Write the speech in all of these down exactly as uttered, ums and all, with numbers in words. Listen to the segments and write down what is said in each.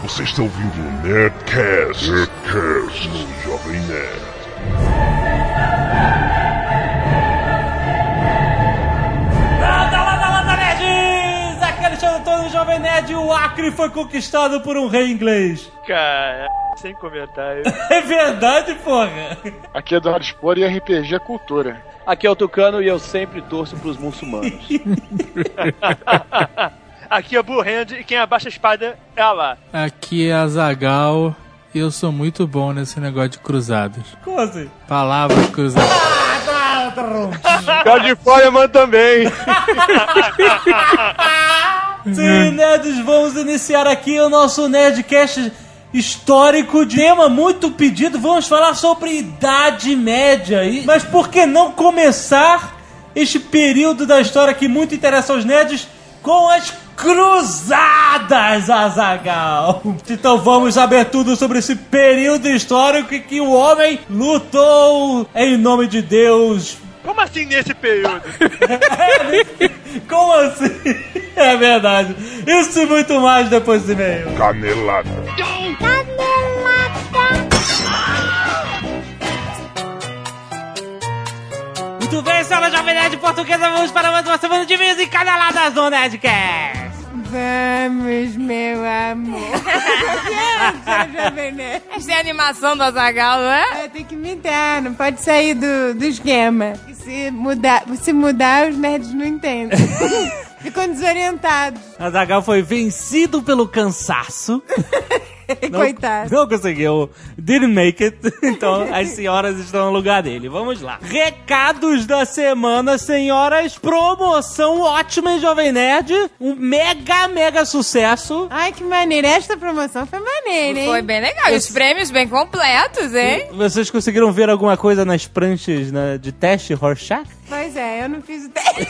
Você está ouvindo o Nerdcast, Nerdcast no Jovem Nerd. Landa, landa, landa, nerds! Aqui é Alexandre Antônio, Jovem Nerd, e o Acre foi conquistado por um rei inglês. Cara, sem comentário. É verdade, porra! Aqui é Eduardo Spor e R P G é cultura. Aqui é o Tucano e eu sempre torço pros muçulmanos. Aqui é Blue Hand e quem abaixa a espada é Allah. Aqui é Azaghal e eu sou muito bom nesse negócio de cruzadas. Como assim? Palavras cruzadas. Ah, tá, Cara de Fireman também. Sim, nerds, vamos iniciar aqui o nosso Nerdcast histórico, de tema muito pedido. Vamos falar sobre Idade Média. Mas por que não começar este período da história que muito interessa aos nerds com as Cruzadas, Azaghal? Então vamos saber tudo sobre esse período histórico em que o homem lutou em nome de Deus. Como assim nesse período? Como assim? É verdade. Isso e muito mais depois do e-mail. Canelada. Muito bem, senhora Jovem Nerd Portuguesa, vamos para mais uma semana de e-mails e caneladas do Nerdcast. Vamos, meu amor. Jovem Nerd. Essa é a animação do Azaghal, não é? É, tem que imitar, não pode sair do, do esquema. Se mudar, se mudar, os nerds não entendem. Ficam desorientados. Azaghal foi vencido pelo cansaço. Não, coitado. Não conseguiu. Didn't make it. Então as senhoras estão no lugar dele. Vamos lá. Recados da semana, senhoras. Promoção ótima, hein, Jovem Nerd. Um mega, mega sucesso. Ai, que maneiro. Esta promoção foi maneira, hein? Foi bem legal. E os prêmios bem completos, hein? Vocês conseguiram ver alguma coisa nas pranchas, né, de teste Rorschach? Pois é, eu não fiz o teste.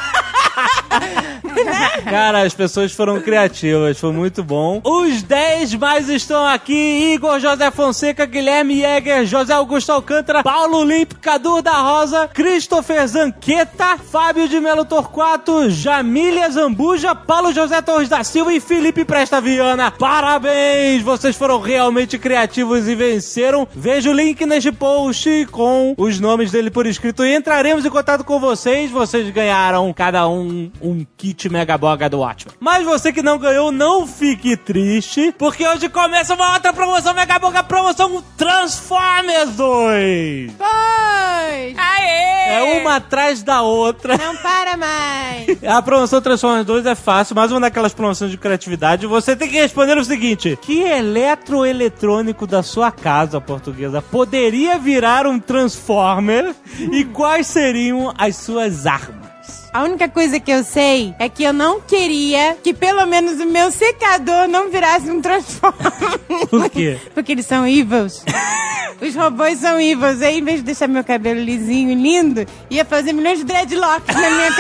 Cara, as pessoas foram criativas, foi muito bom. Os dez mais estão aqui: Igor José Fonseca, Guilherme Jäger, José Augusto Alcântara, Paulo Limpo, Cadu da Rosa, Christopher Zanqueta, Fábio de Melo Torquato, Jamília Zambuja, Paulo José Torres da Silva e Felipe Presta Viana. Parabéns, vocês foram realmente criativos e venceram. Veja o link neste post com os nomes dele por escrito e entraremos em contato com vocês. Vocês ganharam cada um um kit Megaboga do Watchmen. Mas você que não ganhou, não fique triste, porque hoje começa uma outra promoção Megaboga, promoção Transformers dois. Pois! Aê! É uma atrás da outra. Não para mais. A promoção Transformers dois é fácil, mais uma daquelas promoções de criatividade. Você tem que responder o seguinte: que eletroeletrônico da sua casa, portuguesa, poderia virar um Transformer e quais seriam as suas armas? A única coisa que eu sei é que eu não queria que pelo menos o meu secador não virasse um Transformer. Por quê? Porque eles são evils. Os robôs são evils. Aí, em vez de deixar meu cabelo lisinho e lindo, ia fazer milhões de dreadlocks na minha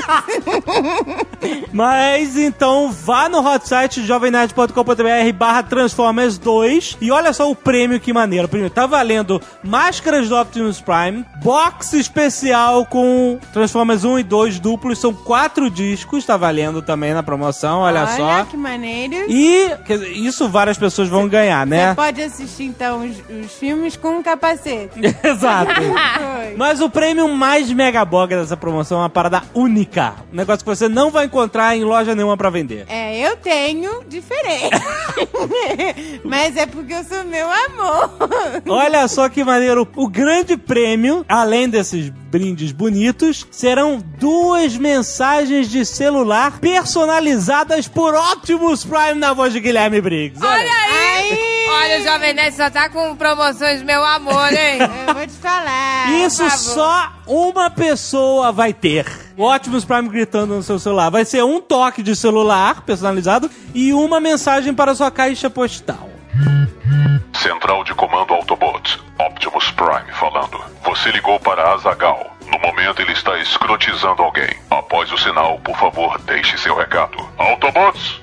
cabeça. Mas então vá no hot site jovem nerd ponto com ponto b r barra Transformers dois e olha só o prêmio, que maneiro. Primeiro, tá valendo máscaras do Optimus Prime, box especial com Transformers um e dois duplos, são quatro discos, tá valendo também na promoção, olha, olha só. Olha que maneiro. E quer dizer, isso várias pessoas vão ganhar, né? Você pode assistir então os, os filmes com um capacete. Exato. Mas o prêmio mais megaboga dessa promoção é uma parada única, um negócio que você não vai encontrar em loja nenhuma pra vender. É, eu tenho diferente. Mas é porque eu sou meu amor. Olha só que maneiro. O grande prêmio, além desses brindes bonitos, serão duas mensagens de celular personalizadas por Optimus Prime na voz de Guilherme Briggs. Olha, Olha aí! aí. Olha, o Jovem Nerd só tá com promoções, meu amor, hein? Eu vou te falar. Isso só uma pessoa vai ter. O Optimus Prime gritando no seu celular. Vai ser um toque de celular personalizado e uma mensagem para sua caixa postal. Central de comando Autobot. Optimus Prime falando. Você ligou para Azaghal. No momento ele está escrotizando alguém. Após o sinal, por favor, deixe seu recado. Autobots,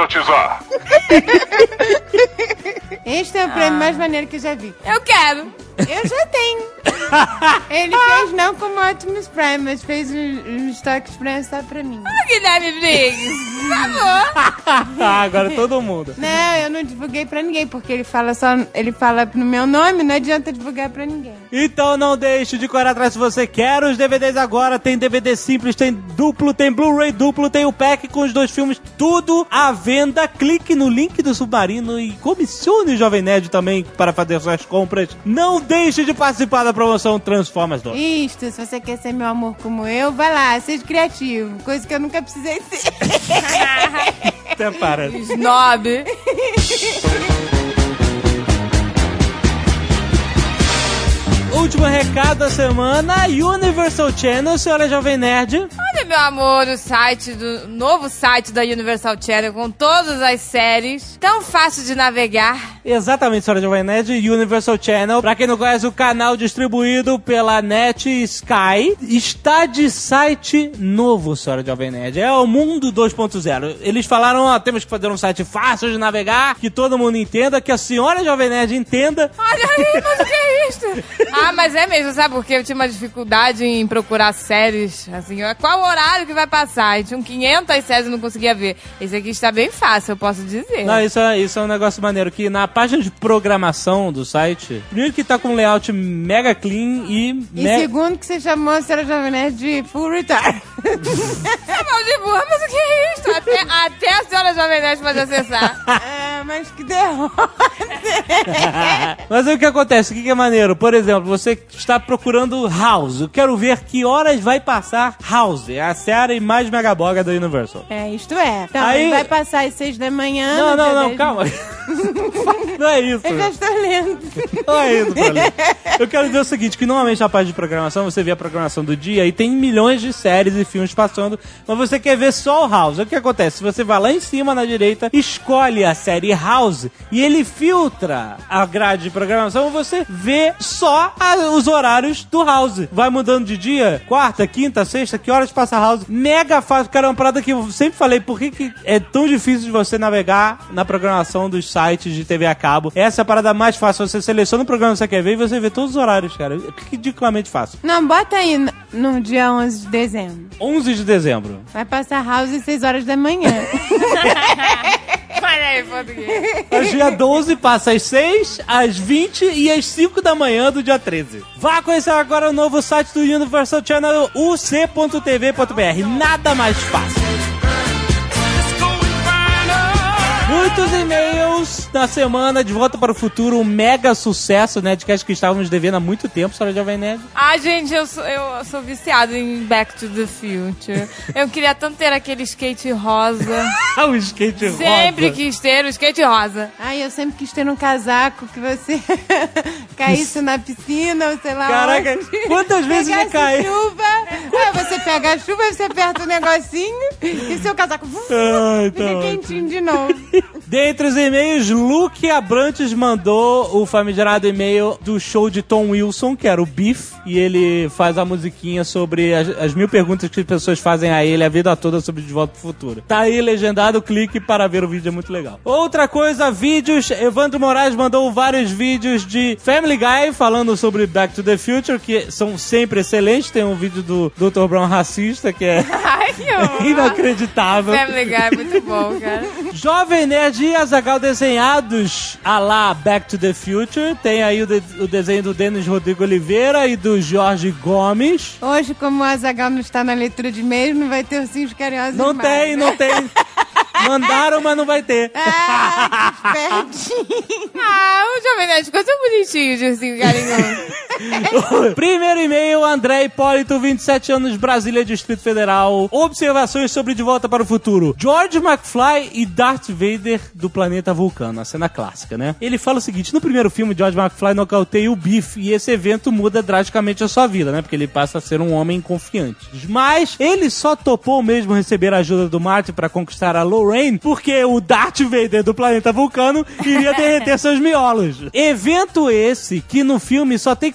escrotizar. Este é o prêmio ah. mais maneiro que eu já vi. Eu quero. Eu já tenho. Ele fez não como Optimus Prime, mas fez um, uns toques pra só pra mim. Ah, Guilherme Briggs, por favor. Agora todo mundo. Não, eu não divulguei pra ninguém, porque ele fala só, ele fala no meu nome, não adianta divulgar pra ninguém. Então não deixe de correr atrás se você quer os D V Ds agora. Tem D V D simples, tem duplo, tem Blu-ray duplo, tem o pack com os dois filmes, tudo à venda. Clique no link do Submarino e comissione o Jovem Nerd também para fazer suas compras. Não deixe de participar da promoção Transformers dois. Isto, se você quer ser meu amor como eu, vai lá, seja criativo. Coisa que eu nunca precisei ser. Até para. Snob. Último recado da semana, Universal Channel, senhora Jovem Nerd. Olha, meu amor, o site do novo site da Universal Channel com todas as séries, tão fácil de navegar. Exatamente, senhora Jovem Nerd, Universal Channel. Pra quem não conhece, o canal distribuído pela Net Sky está de site novo, senhora Jovem Nerd. É o Mundo dois ponto zero. Eles falaram, ó, temos que fazer um site fácil de navegar, que todo mundo entenda, que a senhora Jovem Nerd entenda. Olha aí, mas o que é isso? Ah, mas é mesmo, sabe? Porque eu tinha uma dificuldade em procurar séries, assim, qual o horário que vai passar? E tinham quinhentas séries e não conseguia ver. Esse aqui está bem fácil, eu posso dizer. Não, isso é, isso é um negócio maneiro, que na página de programação do site, primeiro que tá com um layout mega clean e... E me... segundo que você chamou a senhora Jovem Nerd de full retard. Chamou de burra, mas o que é isso? Até, até a senhora Jovem Nerd pode acessar. Ah, mas que derrota. Mas aí o que acontece? O que é maneiro? Por exemplo, você está procurando House. Eu quero ver que horas vai passar House, a série mais megaboga da Universal. É, isto é. Então, Aí- ele vai passar às seis da manhã. Não, no não, dia não, dez. calma. Não é isso. Eu já estou lendo. Não é isso, problema. Eu quero dizer o seguinte, que normalmente na página de programação você vê a programação do dia e tem milhões de séries e filmes passando, mas você quer ver só o House. O que acontece? Você vai lá em cima na direita, escolhe a série House e ele filtra a grade de programação e você vê só a- os horários do House. Vai mudando de dia, quarta, quinta, sexta, que horas passa House. Mega fácil, cara, é uma parada que eu sempre falei, por que, que é tão difícil de você navegar na programação dos sites de T V a cabo? Essa é a parada mais fácil, você seleciona o programa que você quer ver e você vê todos os horários, cara. É ridiculamente fácil. Não, bota aí no, no dia onze de dezembro. onze de dezembro. Vai passar House às seis horas da manhã. Olha aí, português. O dia doze passa às seis, às vinte e às cinco da manhã do dia treze. Vá conhecer agora o novo site do Universal Channel, u c ponto t v ponto b r. Nada mais fácil. Muitos e-mails na semana de Volta para o Futuro, um mega sucesso, né? De que estávamos devendo há muito tempo, senhora Jovem Nerd. Ah, gente, eu sou, eu sou viciada em Back to the Future. Eu queria tanto ter aquele skate rosa. o skate rosa. Sempre quis ter o skate rosa. Ai, eu sempre quis ter um casaco que você caísse na piscina, ou sei lá. Caraca, onde. quantas vezes já Pegasse cai? chuva. Aí você pega a chuva, você aperta o negocinho e seu casaco Ai, fica tá quentinho de novo. Dentre os e-mails, Luke Abrantes mandou o famigerado e-mail do show de Tom Wilson, que era o Beef, e ele faz a musiquinha sobre as, as mil perguntas que as pessoas fazem a ele a vida toda sobre De Volta pro Futuro. Tá aí legendado, clique para ver o vídeo, é muito legal. Outra coisa, vídeos, Evandro Moraes mandou vários vídeos de Family Guy falando sobre Back to the Future, que são sempre excelentes. Tem um vídeo do doutor Brown racista, que é Ai, que horror. inacreditável. Family Guy é muito bom, cara. Jovem Nerd e Azaghal desenhados a lá Back to the Future. Tem aí o, de- o desenho do Denis Rodrigo Oliveira e do Jorge Gomes. Hoje, como o Azaghal não está na leitura de e-mails, não vai ter ursinhos carinhosos Não mais, tem, né? não tem. Mandaram, mas não vai ter. Ah, que espertinho. Ah, o Jovem Nerd ficou tão bonitinho de ursinho carinhoso. Primeiro e-mail, André Hipólito, vinte e sete anos, Brasília, Distrito Federal. Observações sobre De Volta para o Futuro. George McFly e Darth Vader do planeta Vulcano. A cena clássica, né? Ele fala o seguinte, no primeiro filme, George McFly nocauteia o Biff e esse evento muda drasticamente a sua vida, né? Porque ele passa a ser um homem confiante. Mas ele só topou mesmo receber a ajuda do Marty para conquistar a Lorraine porque o Darth Vader do planeta Vulcano iria derreter seus miolos. Evento esse que no filme só tem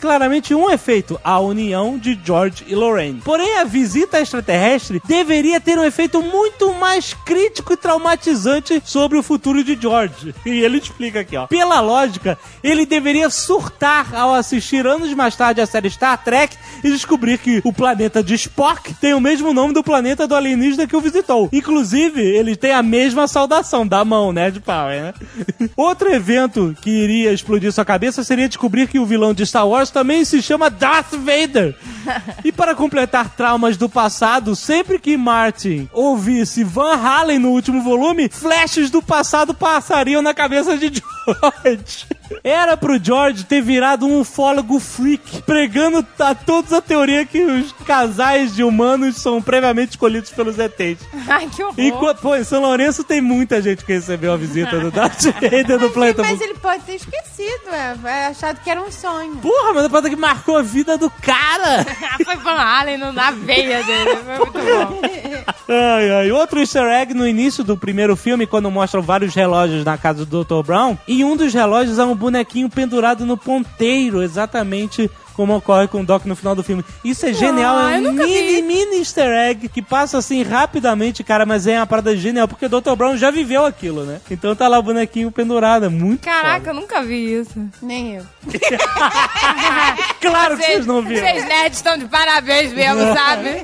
claramente um efeito, a união de George e Lorraine. Porém, a visita extraterrestre deveria ter um efeito muito mais crítico e traumatizante sobre o futuro de George. E ele explica aqui, ó. Pela lógica, ele deveria surtar ao assistir anos mais tarde a série Star Trek e descobrir que o planeta de Spock tem o mesmo nome do planeta do alienígena que o visitou. Inclusive, ele tem a mesma saudação da mão, né, de pau, né? Outro evento que iria explodir sua cabeça seria descobrir que o vilão de Star Wars também se chama Darth Vader. E para completar traumas do passado, sempre que Martin ouvisse Van Halen no último volume, flashes do passado passariam na cabeça de George. Era pro George ter virado um ufólogo freak, pregando a todos a teoria que os casais de humanos são previamente escolhidos pelos E Tês. Ai, que horror. Enquanto, pô, em São Lourenço tem muita gente que recebeu a visita do Darth Vader do planeta. Mas ele pode ter esquecido, é, vai achado que era um sonho. Porra, mas a parada que marcou a vida do cara. Foi Van Halen na veia dele. Foi muito bom. Ai, ai. Outro easter egg no início do primeiro filme, quando mostram vários relógios na casa do doutor Brown, e um dos relógios é um bonequinho pendurado no ponteiro, exatamente como ocorre com o Doc no final do filme. Isso é genial, Ah, é eu um nunca mini, vi. mini easter egg que passa assim rapidamente, cara, mas é uma parada genial, porque o doutor Brown já viveu aquilo, né? Então tá lá o bonequinho pendurado, é muito Caraca, foda. eu nunca vi isso. Nem eu. Claro que vocês não viram. Vocês nerds estão de parabéns mesmo, sabe?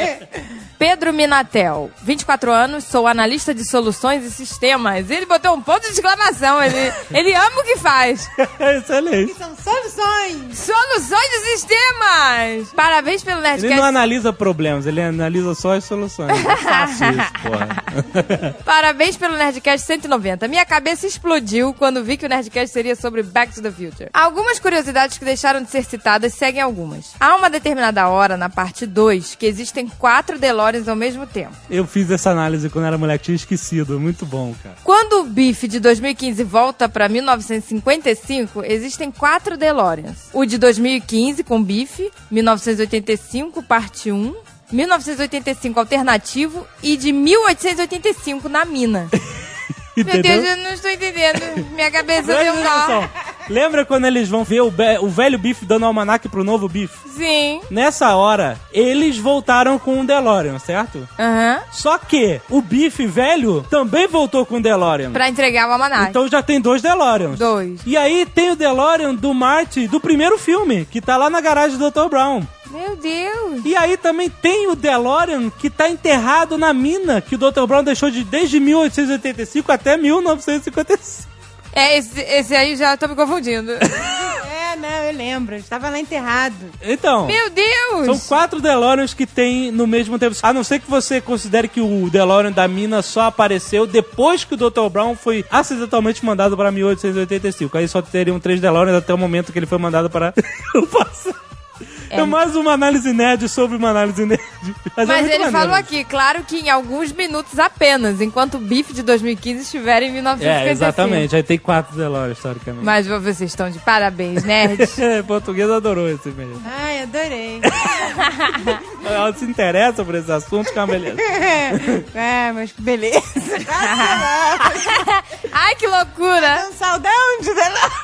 Pedro Minatel, vinte e quatro anos, sou analista de soluções e sistemas. Ele botou um ponto de exclamação. Ele, ele ama o que faz. Excelente. São soluções. Soluções de sistemas. Parabéns pelo Nerdcast. Ele não analisa problemas, ele analisa só as soluções. É fácil isso, porra. Parabéns pelo Nerdcast cento e noventa. Minha cabeça explodiu quando vi que o Nerdcast seria sobre Back to the Future. Algumas curiosidades que deixaram de ser citadas seguem algumas. Há uma determinada hora, na parte dois, que existem quatro DeLoreans ao mesmo tempo. Eu fiz essa análise quando era moleque, tinha esquecido. Muito bom, cara. Quando o Biff de dois mil e quinze volta pra mil novecentos e cinquenta e cinco, existem quatro DeLoreans. O de dois mil e quinze com Biff, mil novecentos e oitenta e cinco, parte um, mil novecentos e oitenta e cinco alternativo e de mil oitocentos e oitenta e cinco na mina. Meu Entendeu? Deus, eu não estou entendendo. Minha cabeça deu Presta um nó. atenção. Lembra quando eles vão ver o, be- o velho Biff dando almanaque pro novo Biff? Sim. Nessa hora, eles voltaram com um DeLorean, certo? Aham. Só que o Biff velho também voltou com um DeLorean. Pra entregar o almanac. Então já tem dois DeLoreans. Dois. E aí tem o DeLorean do Marty do primeiro filme, que tá lá na garagem do doutor Brown. Meu Deus. E aí também tem o DeLorean que tá enterrado na mina, que o doutor Brown deixou de, desde mil oitocentos e oitenta e cinco até mil novecentos e cinquenta e cinco. É, esse, esse aí já tô me confundindo. É, não, eu lembro. Estava lá enterrado. Então... Meu Deus. São quatro DeLoreans que tem no mesmo tempo. A não ser que você considere que o DeLorean da mina só apareceu depois que o doutor Brown foi acidentalmente mandado para mil oitocentos e oitenta e cinco. Aí só teriam três DeLoreans até o momento que ele foi mandado para o passado. É. é mais uma análise nerd sobre uma análise nerd. Mas, Mas é ele maneiro. falou aqui, claro que em alguns minutos apenas, enquanto o Biff de dois mil e quinze estiver em mil novecentos e cinquenta e cinco. É, exatamente. Aí tem quatro DeLoreans, historicamente. Mas vocês estão de parabéns, nerds. É, português adorou esse mesmo. Ai, adorei. Ela se interessa por esse assunto, que é uma beleza. É, mas que beleza. Ai, que loucura. Um saudão de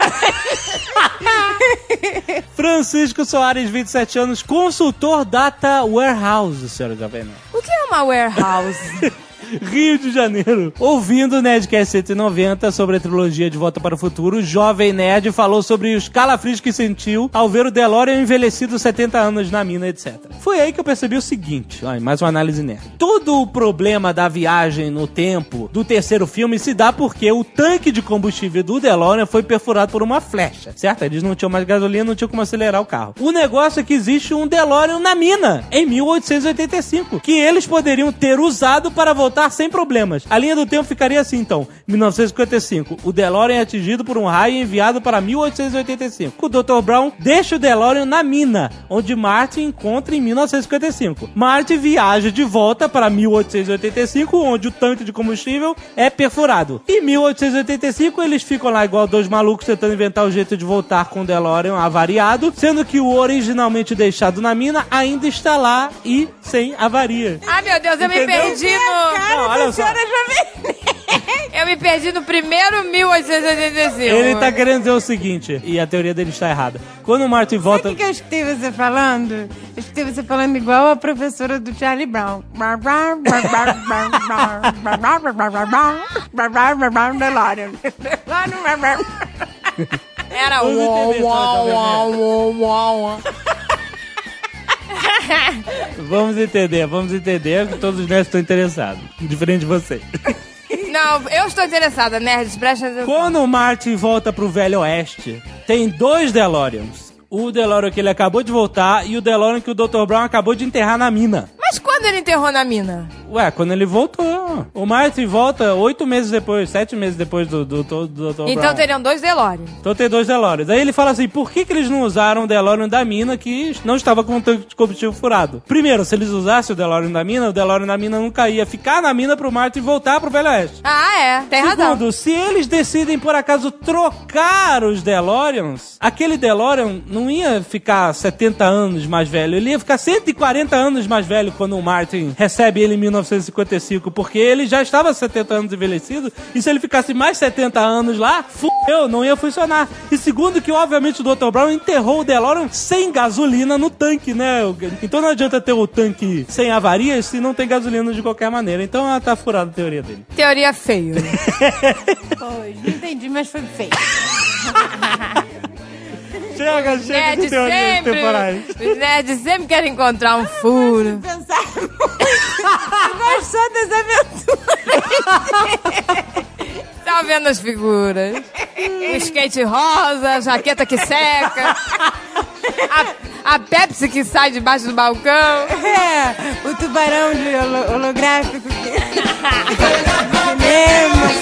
DeLorean. Francisco Soares, vinte e sete anos, consultor Data Warehouse, senhora Jovem Nerd. O que é uma warehouse? Rio de Janeiro. Ouvindo o Nerdcast cento e noventa sobre a trilogia De Volta para o Futuro, o Jovem Nerd falou sobre os calafrios que sentiu ao ver o DeLorean envelhecido setenta anos na mina, etcétera. Foi aí que eu percebi o seguinte, ó, mais uma análise nerd. Todo o problema da viagem no tempo do terceiro filme se dá porque o tanque de combustível do DeLorean foi perfurado por uma flecha, certo? Eles não tinham mais gasolina, não tinham como acelerar o carro. O negócio é que existe um DeLorean na mina, em mil oitocentos e oitenta e cinco, que eles poderiam ter usado para voltar sem problemas. A linha do tempo ficaria assim, então. mil novecentos e cinquenta e cinco. O DeLorean é atingido por um raio enviado para mil oitocentos e oitenta e cinco. O doutor Brown deixa o DeLorean na mina, onde Marty encontra em mil novecentos e cinquenta e cinco. Marty viaja de volta para mil oitocentos e oitenta e cinco, onde o tanque de combustível é perfurado. Em mil oitocentos e oitenta e cinco, eles ficam lá igual dois malucos tentando inventar o jeito de voltar com o DeLorean avariado, sendo que o originalmente deixado na mina ainda está lá e sem avaria. Ai, meu Deus, eu Entendeu? me perdi no... Nada Não, olha só. funciona, Jovem. Eu me perdi no primeiro mil oitocentos e oitenta e cinco. Ele tá querendo dizer o seguinte, e a teoria dele está errada. Quando o Martin volta... Sabe o que eu escutei você falando? Eu escutei você falando igual a professora do Charlie Brown. DeLorean. Era Vamos uau, entender, uau, Jovem uau, uau, uau. Vamos entender, vamos entender que todos os nerds estão interessados. Diferente de você. Não, eu estou interessada, nerds, presta atenção. Quando o Martin volta pro Velho Oeste, tem dois DeLoreans. O DeLorean que ele acabou de voltar e o DeLorean que o doutor Brown acabou de enterrar na mina. Mas quando ele enterrou na mina? Ué, quando ele voltou. O Martin volta oito meses depois, sete meses depois do, do, do, do doutor Brown. Então teriam dois DeLorean. Então tem dois DeLoreans. Aí ele fala assim, por que, que eles não usaram o DeLorean da mina que não estava com o tanque de combustível furado? Primeiro, se eles usassem o DeLorean da mina, o DeLorean da mina nunca ia ficar na mina pro Martin voltar pro Velho Oeste. Ah, é. Tem razão. Segundo, se eles decidem, por acaso, trocar os DeLoreans, aquele DeLorean não ia ficar setenta anos mais velho, ele ia ficar cento e quarenta anos mais velho quando o Martin recebe ele em mil novecentos e cinquenta e cinco, porque ele já estava setenta anos envelhecido, e se ele ficasse mais setenta anos lá, fudeu, não ia funcionar. E segundo que, obviamente, o doutor Brown enterrou o DeLorean sem gasolina no tanque, né? Então não adianta ter o tanque sem avarias se não tem gasolina de qualquer maneira. Então ela tá furada a teoria dele. Teoria feio. Pois, não entendi, mas foi feio. Chega, chega Nerds de teorias sempre, temporais. os nerds sempre querem encontrar um furo. Pensar muito. Gostou das aventuras. Tá vendo as figuras? O skate rosa, a jaqueta que seca, a, a Pepsi que sai debaixo do balcão. É, o tubarão de holo- holográfico. Que... Cinema.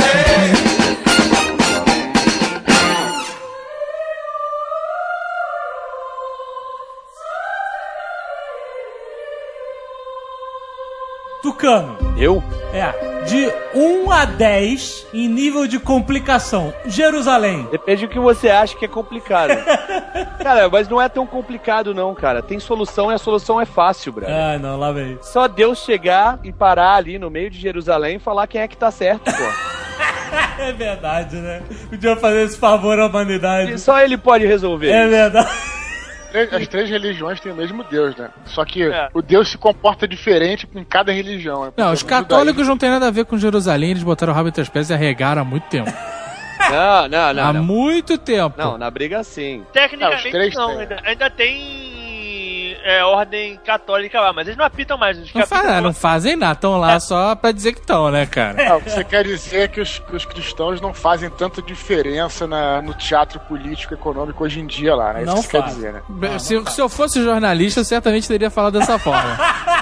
Tucano. Eu? É, de um a dez em nível de complicação. Jerusalém. Depende do que você acha que é complicado. Cara, mas não é tão complicado não, cara. Tem solução e a solução é fácil, brother. Ah, não, lá vem. Só Deus chegar e parar ali no meio de Jerusalém e falar quem é que tá certo, pô. É verdade, né? Podia fazer esse favor à humanidade. E só ele pode resolver. É verdade. As três religiões têm o mesmo Deus, né? Só que É. o Deus se comporta diferente em cada religião. Né? Não, os No católicos não tem nada a ver com Jerusalém, eles botaram o rabo entre as pernas e arregaram há muito tempo. Não, não, não. há não. muito tempo. Não, na briga sim. Tecnicamente Não, os três não, têm. ainda, ainda tem é, ordem católica lá, mas eles não apitam mais. Eles Não, apitam faz, não fazem nada, estão lá só pra dizer que estão, né, cara? Não, o que você quer dizer é que os, que os cristãos não fazem tanta diferença na, no teatro político e econômico hoje em dia lá, né? Isso Não que você quer faz. dizer, né? Se, se eu fosse jornalista, eu certamente teria falado dessa forma.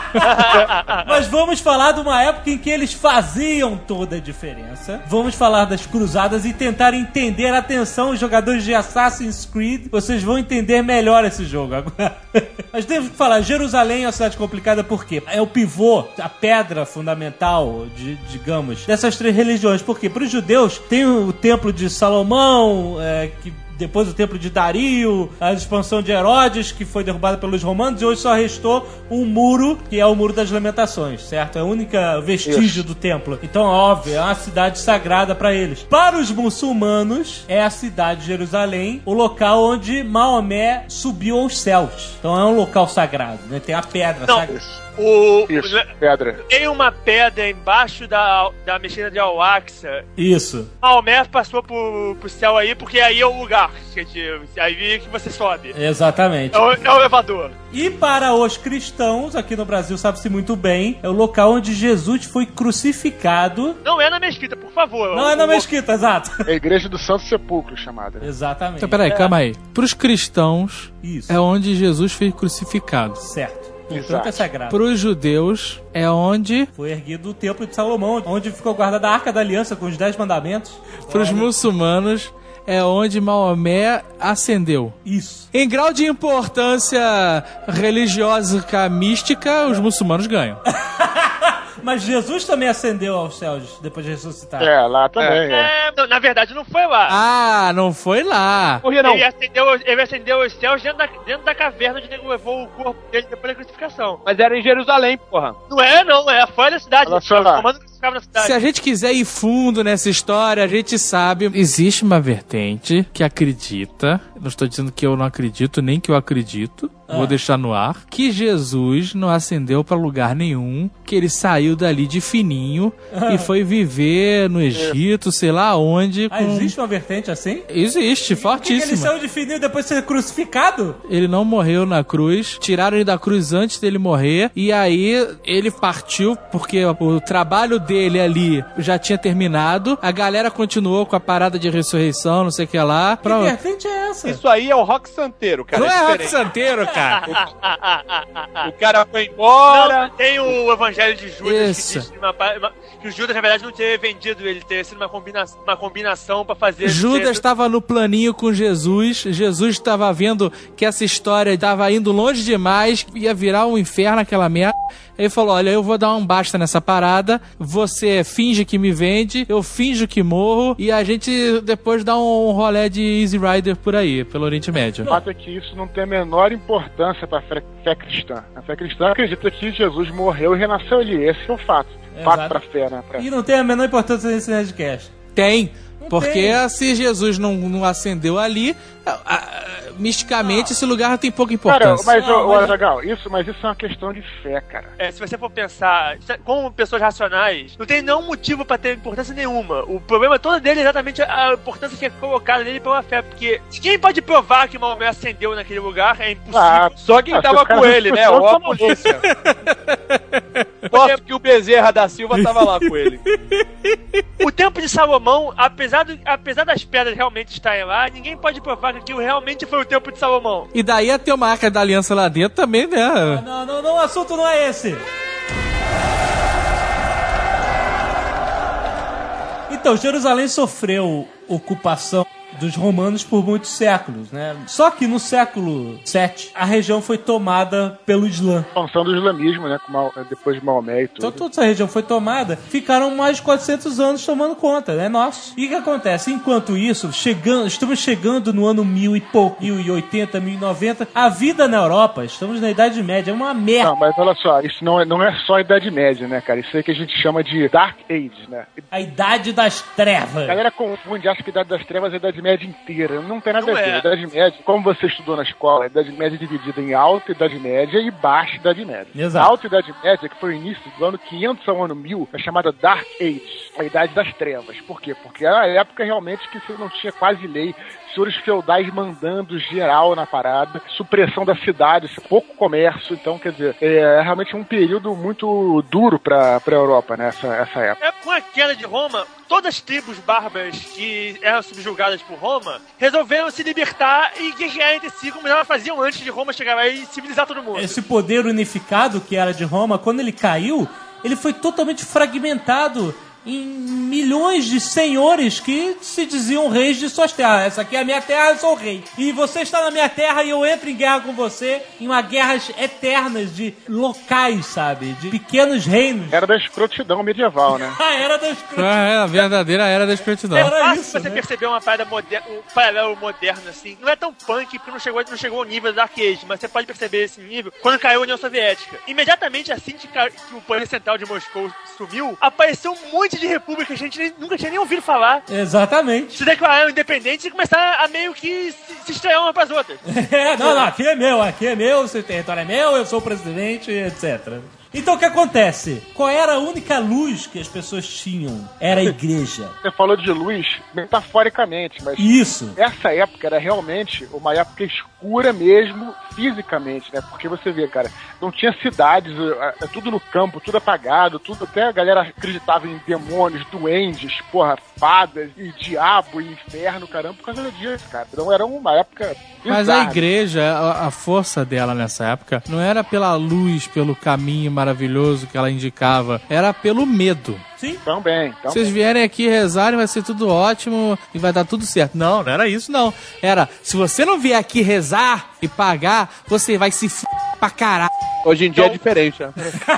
Mas vamos falar de uma época em que eles faziam toda a diferença. Vamos falar das cruzadas e tentar entender. Atenção, os jogadores de Assassin's Creed, vocês vão entender melhor esse jogo agora. Mas temos que falar, Jerusalém é uma cidade complicada porque é o pivô, a pedra fundamental, de, digamos, dessas três religiões. Porque para os judeus tem o templo de Salomão, é, que depois o templo de Dario, a expansão de Herodes, que foi derrubada pelos romanos, e hoje só restou um muro, que é o Muro das Lamentações, certo? É o único vestígio Isso. do templo. Então, óbvio, é uma cidade sagrada para eles. Para os muçulmanos, é a cidade de Jerusalém, o local onde Maomé subiu aos céus. Então é um local sagrado, né? Tem a pedra Não. sagrada. O, Isso, o- pedra. tem uma pedra embaixo da, da Mesquita de Al-Aqsa. Isso. Maomé passou pro, pro céu aí, porque aí é o lugar. Que, que, aí que você sobe. Exatamente. É o, é o elevador. E para os cristãos, aqui no Brasil sabe-se muito bem, é o local onde Jesus foi crucificado. Não é na mesquita, por favor. Não O- é na o- mesquita, exato. É a igreja do Santo Sepulcro, chamada. Né? Exatamente. Então, peraí, calma aí. Pros cristãos, Isso. é onde Jesus foi crucificado. Certo. Portanto, Exato. é sagrado. Pros judeus, é onde... Foi erguido o templo de Salomão, onde ficou guardada a Arca da Aliança com os Dez Mandamentos. Pros muçulmanos, é onde Maomé ascendeu. Isso. Em grau de importância religiosa mística, os muçulmanos ganham. Mas Jesus também ascendeu aos céus depois de ressuscitar. É, lá também, é. É, não, na verdade, não foi lá. Ah, não foi lá. Por que não? Ele acendeu, ele acendeu os céus dentro da, dentro da caverna onde ele levou o corpo dele depois da crucificação. Mas era em Jerusalém, porra. Não é, não, é fora da cidade. Olha só lá. Os romanos crucificaram ficava na cidade. Se a gente quiser ir fundo nessa história, a gente sabe. Existe uma vertente que acredita, não estou dizendo que eu não acredito, nem que eu acredito, ah. vou deixar no ar, que Jesus não ascendeu pra lugar nenhum, que ele saiu dali de fininho ah. e foi viver no Egito, sei lá onde. Ah, com... existe uma vertente assim? Existe, fortíssima. Por que, que ele saiu de fininho depois de ser crucificado? Ele não morreu na cruz, tiraram ele da cruz antes dele morrer, e aí ele partiu porque o trabalho dele ali já tinha terminado, a galera continuou com a parada de ressurreição, não sei o que lá. Que pra... vertente é essa? Isso aí é o rock santeiro, cara. Não é, é rock santeiro, cara. O cara foi embora. Não, tem o evangelho de Judas Isso. que diz que, uma, uma, que o Judas, na verdade, não ter vendido ele, ter sido uma, combina, uma combinação pra fazer... Judas estava no planinho com Jesus, Jesus estava vendo que essa história estava indo longe demais, ia virar um inferno aquela merda. Ele falou, olha, eu vou dar um basta nessa parada, você finge que me vende, eu finjo que morro, e a gente depois dá um rolê de Easy Rider por aí, pelo Oriente Médio. O fato é que isso não tem a menor importância para a fé cristã. A fé cristã acredita que Jesus morreu e renasceu ali. Esse é o fato. Exato. Fato para a fé, né? Pra... E não tem a menor importância nesse Nerdcast. Tem. Não Porque tem. se Jesus não, não ascendeu ali, a, a, misticamente não. esse lugar tem pouca Cara, importância. mas, Não, ô, mas- Azaghal, isso, mas isso é uma questão de fé, cara. É, se você for pensar como pessoas racionais, não tem nenhum motivo pra ter importância nenhuma. O problema todo dele é exatamente a importância que é colocada nele pela fé. Porque quem pode provar que Maomé ascendeu naquele lugar é impossível. Ah, Só quem Ah, tava se o cara com ele, né? ressuscitou, Ou a tá maluco. polícia. Posso que o Bezerra da Silva tava lá com ele. O Templo de Salomão, apesar, do, apesar das pedras realmente estarem lá, ninguém pode provar que aquilo realmente foi o Templo de Salomão. E daí a ter uma arca da aliança lá dentro também, né? Não, não, não, o assunto não é esse. Então, Jerusalém sofreu ocupação dos romanos por muitos séculos, né? Só que no século sete, a região foi tomada pelo Islã. Expansão do islamismo, né? com Mal- Depois de Maomé e tudo. Então toda essa região foi tomada, ficaram mais de quatrocentos anos tomando conta, né? Nosso. E o que acontece? Enquanto isso, chegando, estamos chegando no ano mil e pouco, mil e oitenta, mil e noventa, a vida na Europa, estamos na Idade Média, é uma merda. Não, mas olha só, isso não é, não é só a Idade Média, né, cara? Isso aí que a gente chama de Dark Age, né? A Idade das Trevas. A galera confunde, acha que a Idade das Trevas é a Idade Média inteira. Não tem nada Não a ver. é. A Idade Média, como você estudou na escola, a Idade Média é dividida em Alta Idade Média e Baixa Idade Média. Exato. A Alta Idade Média, que foi o início do ano quinhentos ao ano mil, é chamada Dark Age, a Idade das Trevas. Por quê? Porque era a época realmente que você não tinha quase lei, senhores feudais mandando geral na parada, supressão da cidade, pouco comércio. Então, quer dizer, é realmente um período muito duro pra, pra Europa, né, essa, essa época. É, com a queda de Roma, todas as tribos bárbaras que eram subjugadas por Roma resolveram se libertar e guerrear entre si, como elas faziam antes de Roma chegar lá e civilizar todo mundo. Esse poder unificado que era de Roma, quando ele caiu, ele foi totalmente fragmentado em milhões de senhores que se diziam reis de suas terras. Essa aqui é a minha terra, eu sou o rei. E você está na minha terra e eu entro em guerra com você, em uma guerras eternas de locais, sabe? De pequenos reinos. Era da escrotidão medieval, né? A era das cruzes. É a verdadeira era da escrotidão. É Era fácil isso, você né? perceber uma parada moderna, um paralelo moderno, assim. Não é tão punk porque não chegou, não chegou ao nível da Dark Age, mas você pode perceber esse nível quando caiu a União Soviética. Imediatamente assim que, ca- que o poder central de Moscou sumiu, apareceu um monte de repúblicas que a gente nem- nunca tinha nem ouvido falar. Exatamente. Se declararam independentes e começaram a meio que se, se estranhar umas pras outras. É, não, não, aqui é meu, aqui é meu, esse território é meu, eu sou o presidente, etcétera. Então o que acontece? Qual era a única luz que as pessoas tinham? Era a igreja. Você falou de luz metaforicamente, mas Isso. essa época era realmente uma época escura mesmo, fisicamente, né? Porque você vê, cara, não tinha cidades, é, é tudo no campo, tudo apagado, tudo, até a galera acreditava em demônios, duendes, porra, fadas, e diabo, e inferno, caramba, por causa disso, cara. Então era uma época Mas a bizarra. igreja, a, a força dela nessa época, não era pela luz, pelo caminho maravilhoso que ela indicava, era pelo medo. Sim. Também, então. Vocês vierem aqui rezarem, vai ser tudo ótimo e vai dar tudo certo. Não, não era isso, não. Era, se você não vier aqui rezar e pagar, você vai se f... pra caralho. Hoje em dia é diferente, né?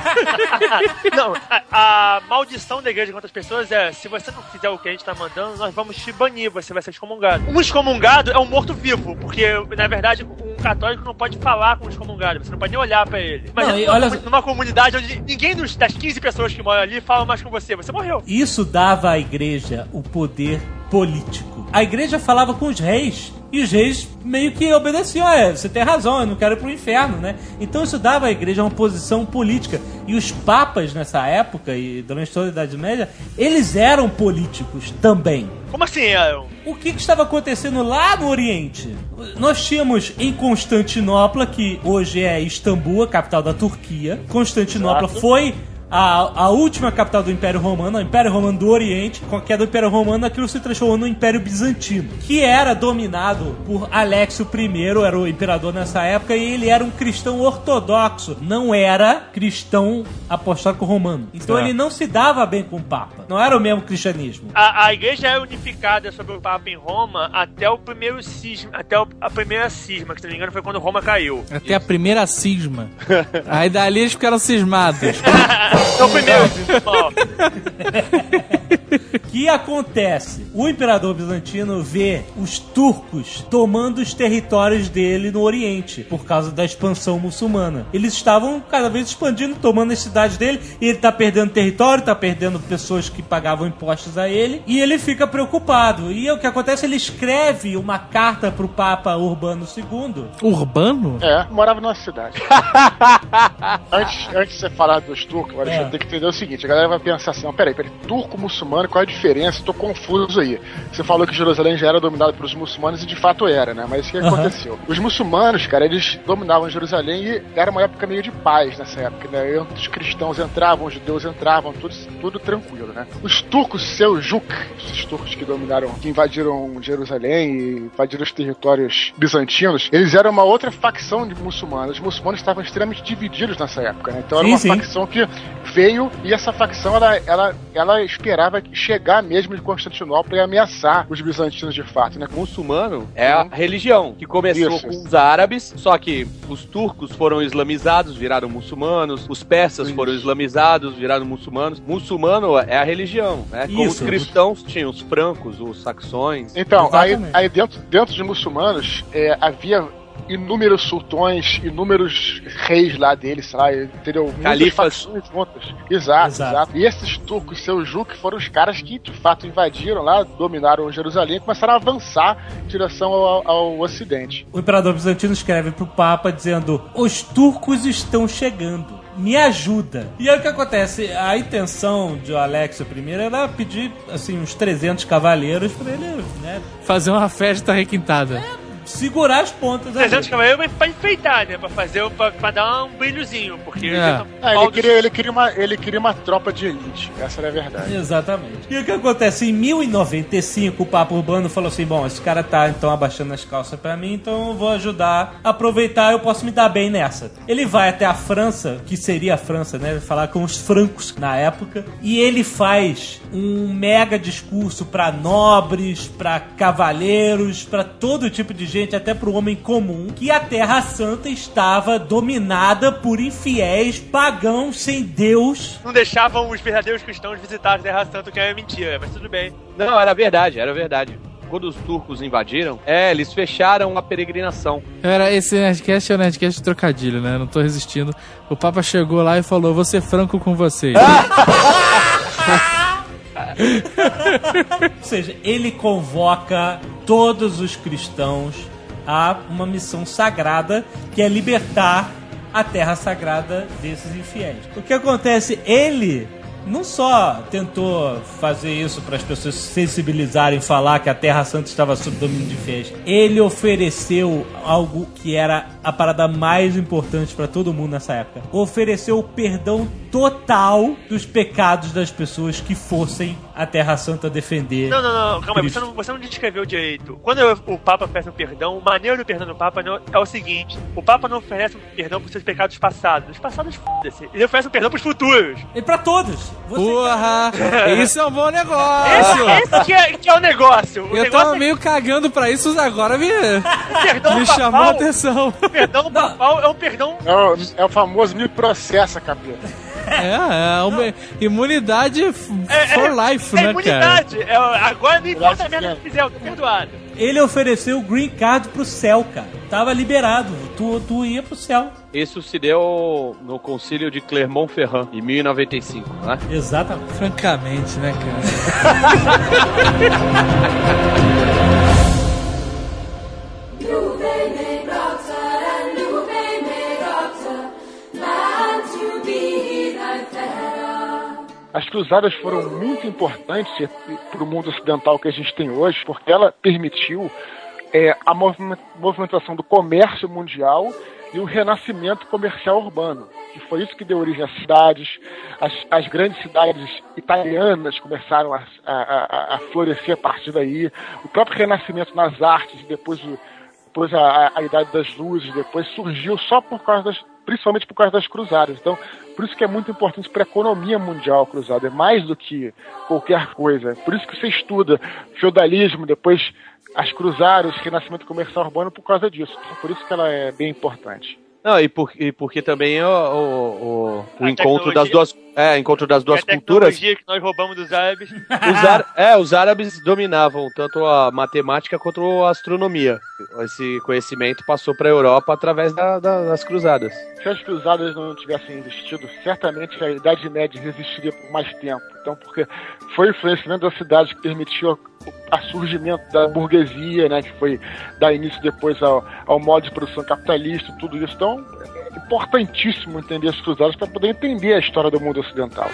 Não, a, a maldição da igreja contra as pessoas é: se você não fizer o que a gente tá mandando, nós vamos te banir, você vai ser excomungado. Um excomungado é um morto-vivo, porque, na verdade, um católico não pode falar com os comungados, você não pode nem olhar pra ele. Mas Não, e numa, olha- numa comunidade onde ninguém dos, das quinze pessoas que moram ali fala mais com você, você morreu. Isso dava à igreja o poder político. A igreja falava com os reis e os reis meio que obedeciam. É, você tem razão, eu não quero ir pro inferno, né? Então isso dava à igreja uma posição política. E os papas nessa época e durante toda a Idade Média, eles eram políticos também. Como assim, Aaron? O que, que estava acontecendo lá no Oriente? Nós tínhamos em Constantinopla, que hoje é Istambul, a capital da Turquia. Constantinopla Exato. foi a, a última capital do Império Romano, o Império Romano do Oriente. Com a queda do Império Romano, aquilo se transformou no Império Bizantino, que era dominado por Alexio I, era o imperador nessa época, e ele era um cristão ortodoxo, não era cristão apostólico romano. Então É. ele não se dava bem com o Papa, não era o mesmo cristianismo. A, a igreja é unificada sobre o Papa em Roma até o primeiro cisma, até o- a primeira cisma, que se não me engano foi quando Roma caiu. Até a primeira cisma. Aí dali eles ficaram cismados. Então, primeiro, ó, O que acontece? O imperador bizantino vê os turcos tomando os territórios dele no Oriente por causa da expansão muçulmana. Eles estavam cada vez expandindo, tomando as cidades dele, e ele tá perdendo território, tá perdendo pessoas que pagavam impostos a ele, e ele fica preocupado. E o que acontece? Ele escreve uma carta pro Papa Urbano segundo. Urbano? É, morava numa cidade. antes, antes de você falar dos turcos, agora É. você tem que entender o seguinte: a galera vai pensar assim, não, peraí, peraí, turco, muçulmano, qual é a diferença? Tô confuso aí. Você falou que Jerusalém já era dominado pelos muçulmanos e de fato era, né? Mas o que Aham. aconteceu? Os muçulmanos, cara, eles dominavam Jerusalém e era uma época meio de paz nessa época, né? Os cristãos entravam, os judeus entravam, tudo, tudo tranquilo, né? Os turcos Seljuk, esses turcos que dominaram, que invadiram Jerusalém e invadiram os territórios bizantinos, eles eram uma outra facção de muçulmanos. Os muçulmanos estavam extremamente divididos nessa época, né? Então era Sim, uma sim. facção que veio e essa facção, ela, ela, ela esperava chegar mesmo de Constantinopla e ameaçar os bizantinos de fato, né? Muçulmano é a religião que começou Isso, com isso. os árabes, só que os turcos foram islamizados, viraram muçulmanos, os persas Isso. foram islamizados, viraram muçulmanos. Muçulmano é a religião, né? Como Isso. os cristãos tinham os francos, os saxões. Então, aí, Exatamente. aí dentro, dentro de muçulmanos é, havia inúmeros sultões, inúmeros reis lá deles, sei lá, entendeu? Muitas Califas. facções juntas. Exato, Exato. exato. E esses turcos Seljuk foram os caras que de fato invadiram lá, dominaram Jerusalém e começaram a avançar em direção ao, ao ocidente. O imperador bizantino escreve pro Papa dizendo: os turcos estão chegando, me ajuda. E aí o que acontece? A intenção de Alexio I era pedir assim uns trezentos cavaleiros pra ele, né, Fazer uma festa requintada. segurar as pontas ali. trezentos cavaleiros pra enfeitar, né? Pra fazer, pra, pra dar um brilhozinho, porque... É. já tá- Ah, ele, pau queria, dos- ele, queria uma, ele queria uma tropa de elite, essa era a verdade. Exatamente. E o que acontece? Em mil e noventa e cinco, o Papa Urbano falou assim: bom, esse cara tá então abaixando as calças pra mim, então eu vou ajudar a aproveitar, eu posso me dar bem nessa. Ele vai até a França, que seria a França, né? Falar com os francos na época, e ele faz um mega discurso pra nobres, pra cavaleiros, pra todo tipo de gente, até pro homem comum, que a Terra Santa estava dominada por infiéis, pagãos, sem Deus. Não deixavam os verdadeiros cristãos visitar a Terra Santa, que era mentira, mas tudo bem. Não, era verdade, era verdade. Quando os turcos invadiram, é, eles fecharam a peregrinação. Era, esse Nerdcast é o Nerdcast de trocadilho, né? Não tô resistindo. O Papa chegou lá e falou: vou ser franco com vocês. Ou seja, ele convoca todos os cristãos a uma missão sagrada, que é libertar a terra sagrada desses infiéis. O que acontece? Ele não só tentou fazer isso para as pessoas se sensibilizarem, falar que a Terra Santa estava sob domínio de infiéis. Ele ofereceu algo que era a parada mais importante para todo mundo nessa época. Ofereceu o perdão total dos pecados das pessoas que fossem a Terra Santa defender. Não, não, não, calma aí, Cristo. você não, você não descreveu direito. Quando eu- o Papa peça um perdão, o maneiro do perdão do Papa não- é o seguinte: o Papa não oferece um perdão por seus pecados passados. Os passados, foda-se. Ele oferece um perdão pros futuros. E para todos. Você Porra! Isso é um bom Esse, negócio! esse que, é, que é o negócio. O Eu negócio tava é meio cagando pra isso, agora me, o perdão me papal, chamou a atenção. O perdão papal é um perdão. É o, é o famoso me processa, capeta. É, é uma imunidade f- É, for é, life, é né, imunidade. É, agora não importa a Graças merda a que fizer, eu tô perdoado. Ele ofereceu o green card pro céu, cara. Tava liberado. Tu, tu ia pro céu. Isso se deu no concílio de Clermont-Ferrand, em mil e noventa e cinco, né? Exatamente. Francamente, né, cara? As cruzadas foram muito importantes para o mundo ocidental que a gente tem hoje, porque ela permitiu é, a moviment- movimentação do comércio mundial e o renascimento comercial urbano. E foi isso que deu origem às cidades. As, as grandes cidades italianas começaram a, a, a, a florescer a partir daí. O próprio renascimento nas artes, depois, o, depois a, a Idade das Luzes, depois surgiu só por causa das, principalmente por causa das cruzadas. Então, por isso que é muito importante para a economia mundial a cruzada, é mais do que qualquer coisa. Por isso que você estuda feudalismo, depois as cruzadas, renascimento comercial urbano, por causa disso. Então, por isso que ela é bem importante. Não, e, por, e porque também o, o, o, o A encontro tecnologia- das duas, é, encontro das duas E a culturas. tecnologia que nós roubamos dos árabes. Os, ar- é, os árabes dominavam tanto a matemática quanto a astronomia. Esse conhecimento passou para a Europa através da- da- das cruzadas. Se as cruzadas não tivessem existido, certamente a Idade Média resistiria por mais tempo. Então, porque foi o influenciamento da cidade que permitiu o surgimento da burguesia, né, que foi dar início depois ao, ao modo de produção capitalista, tudo isso. Então, é importantíssimo entender as cruzadas para poder entender a história do mundo ocidental.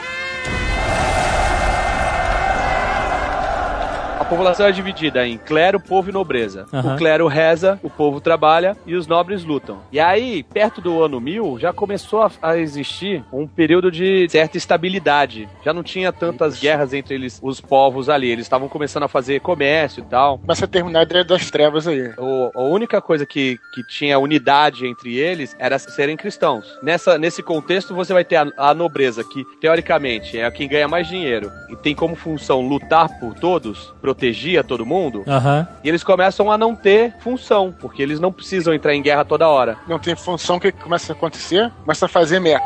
A população é dividida em clero, povo e nobreza. Aham. O clero reza, o povo trabalha e os nobres lutam. E aí, perto do ano mil, já começou a, a existir um período de certa estabilidade. Já não tinha tantas guerras entre eles, os povos ali. Eles estavam começando a fazer comércio e tal. Começa a terminar a Idade das Trevas aí. O, a única coisa que, que tinha unidade entre eles era serem cristãos. Nessa, nesse contexto, você vai ter a, a nobreza, que teoricamente é quem ganha mais dinheiro e tem como função lutar por todos, protegia todo mundo, Aham. e eles começam a não ter função, porque eles não precisam entrar em guerra toda hora. Não tem função, o que começa a acontecer? Começa a fazer merda.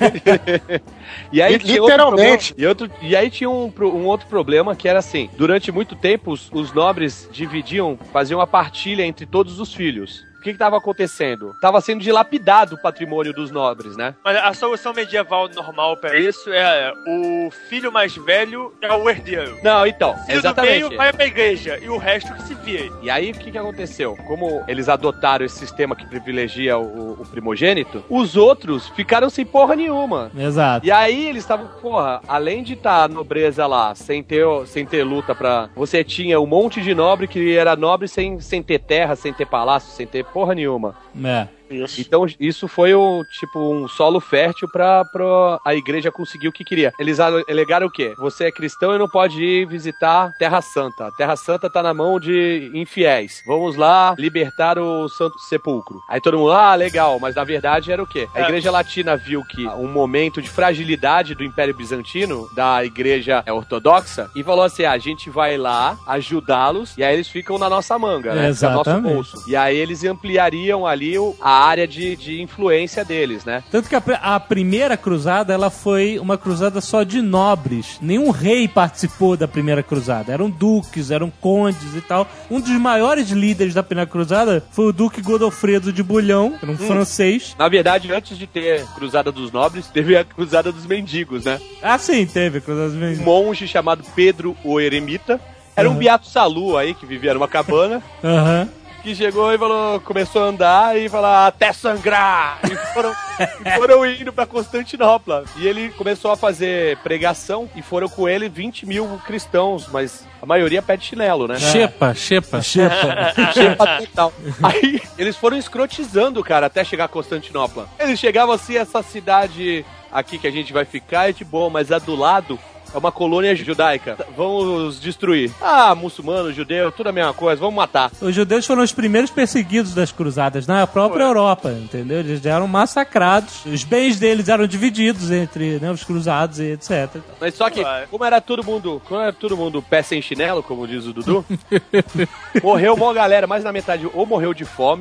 E aí Li- tinha outro literalmente. problema- E, outro, e aí tinha um, pro- um outro problema que era assim: durante muito tempo, os, os nobres dividiam, faziam a partilha entre todos os filhos. O que estava acontecendo? Tava sendo dilapidado o patrimônio dos nobres, né? Mas a solução medieval normal pra isso é o filho mais velho é o herdeiro. Não, então, O filho exatamente. do meio vai pra igreja e o resto que se vira. E aí, o que, que aconteceu? Como eles adotaram esse sistema que privilegia o, o primogênito, os outros ficaram sem porra nenhuma. Exato. E aí eles estavam, porra, além de estar a nobreza lá, sem ter, sem ter luta pra... Você tinha um monte de nobre que era nobre sem, sem ter terra, sem ter palácio, sem ter porra nenhuma. É. Isso. Então isso foi o, tipo, um solo fértil pra, pra a igreja conseguir o que queria. Eles alegaram o quê? Você é cristão e não pode ir visitar Terra Santa. A Terra Santa tá na mão de infiéis. Vamos lá libertar o Santo Sepulcro. Aí todo mundo, ah, legal. Mas na verdade era o quê? A É. igreja latina viu que um momento de fragilidade do Império Bizantino, da igreja ortodoxa, e falou assim, ah, a gente vai lá ajudá-los, e aí eles ficam na nossa manga, né? Que é o nosso Exatamente. bolso. E aí eles ampliariam ali o, a área de, de influência deles, né? Tanto que a, pr- a primeira cruzada, ela foi uma cruzada só de nobres. Nenhum rei participou da primeira cruzada. Eram duques, eram condes e tal. Um dos maiores líderes da primeira cruzada foi o duque Godofredo de Bouillon, que era um francês. Na verdade, antes de ter Cruzada dos Nobres, teve a Cruzada dos Mendigos, né? Ah, sim, teve cruzada dos Um mendigos. monge chamado Pedro o Eremita. Era um Uhum. beato salu aí, que vivia numa cabana, Aham. que chegou e falou, começou a andar e falar até sangrar! E foram, e foram indo pra Constantinopla. E ele começou a fazer pregação e foram com ele vinte mil cristãos, mas a maioria pé de chinelo, né? Xepa, xepa. Xepa. Xepa total. Aí eles foram escrotizando, cara, até chegar a Constantinopla. Eles chegavam assim, essa cidade aqui que a gente vai ficar é de boa, mas a do lado é uma colônia judaica. Vamos destruir. Ah, muçulmano, judeu, tudo a mesma coisa, vamos matar. Os judeus foram os primeiros perseguidos das cruzadas na própria Europa, entendeu? Eles já eram massacrados. Os bens deles eram divididos entre, né, os cruzados e etcétera. Mas só que, Ué. como era todo mundo, como era todo mundo pé sem chinelo, como diz o Dudu, morreu uma galera, mais na metade ou morreu de fome,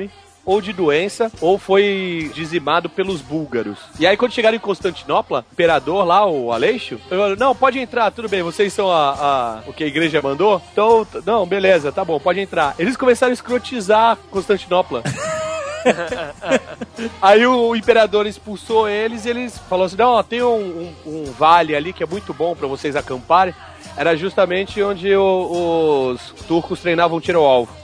ou de doença, ou foi dizimado pelos búlgaros. E aí, quando chegaram em Constantinopla, o imperador lá, o Aleixo, falou, não, pode entrar, tudo bem, vocês são a, a, o que a igreja mandou? Então, t- não, beleza, tá bom, pode entrar. Eles começaram a escrotizar Constantinopla. Aí o imperador expulsou eles e eles falou assim, não, ó, tem um, um, um vale ali que é muito bom pra vocês acamparem. Era justamente onde o, os turcos treinavam tiro ao alvo.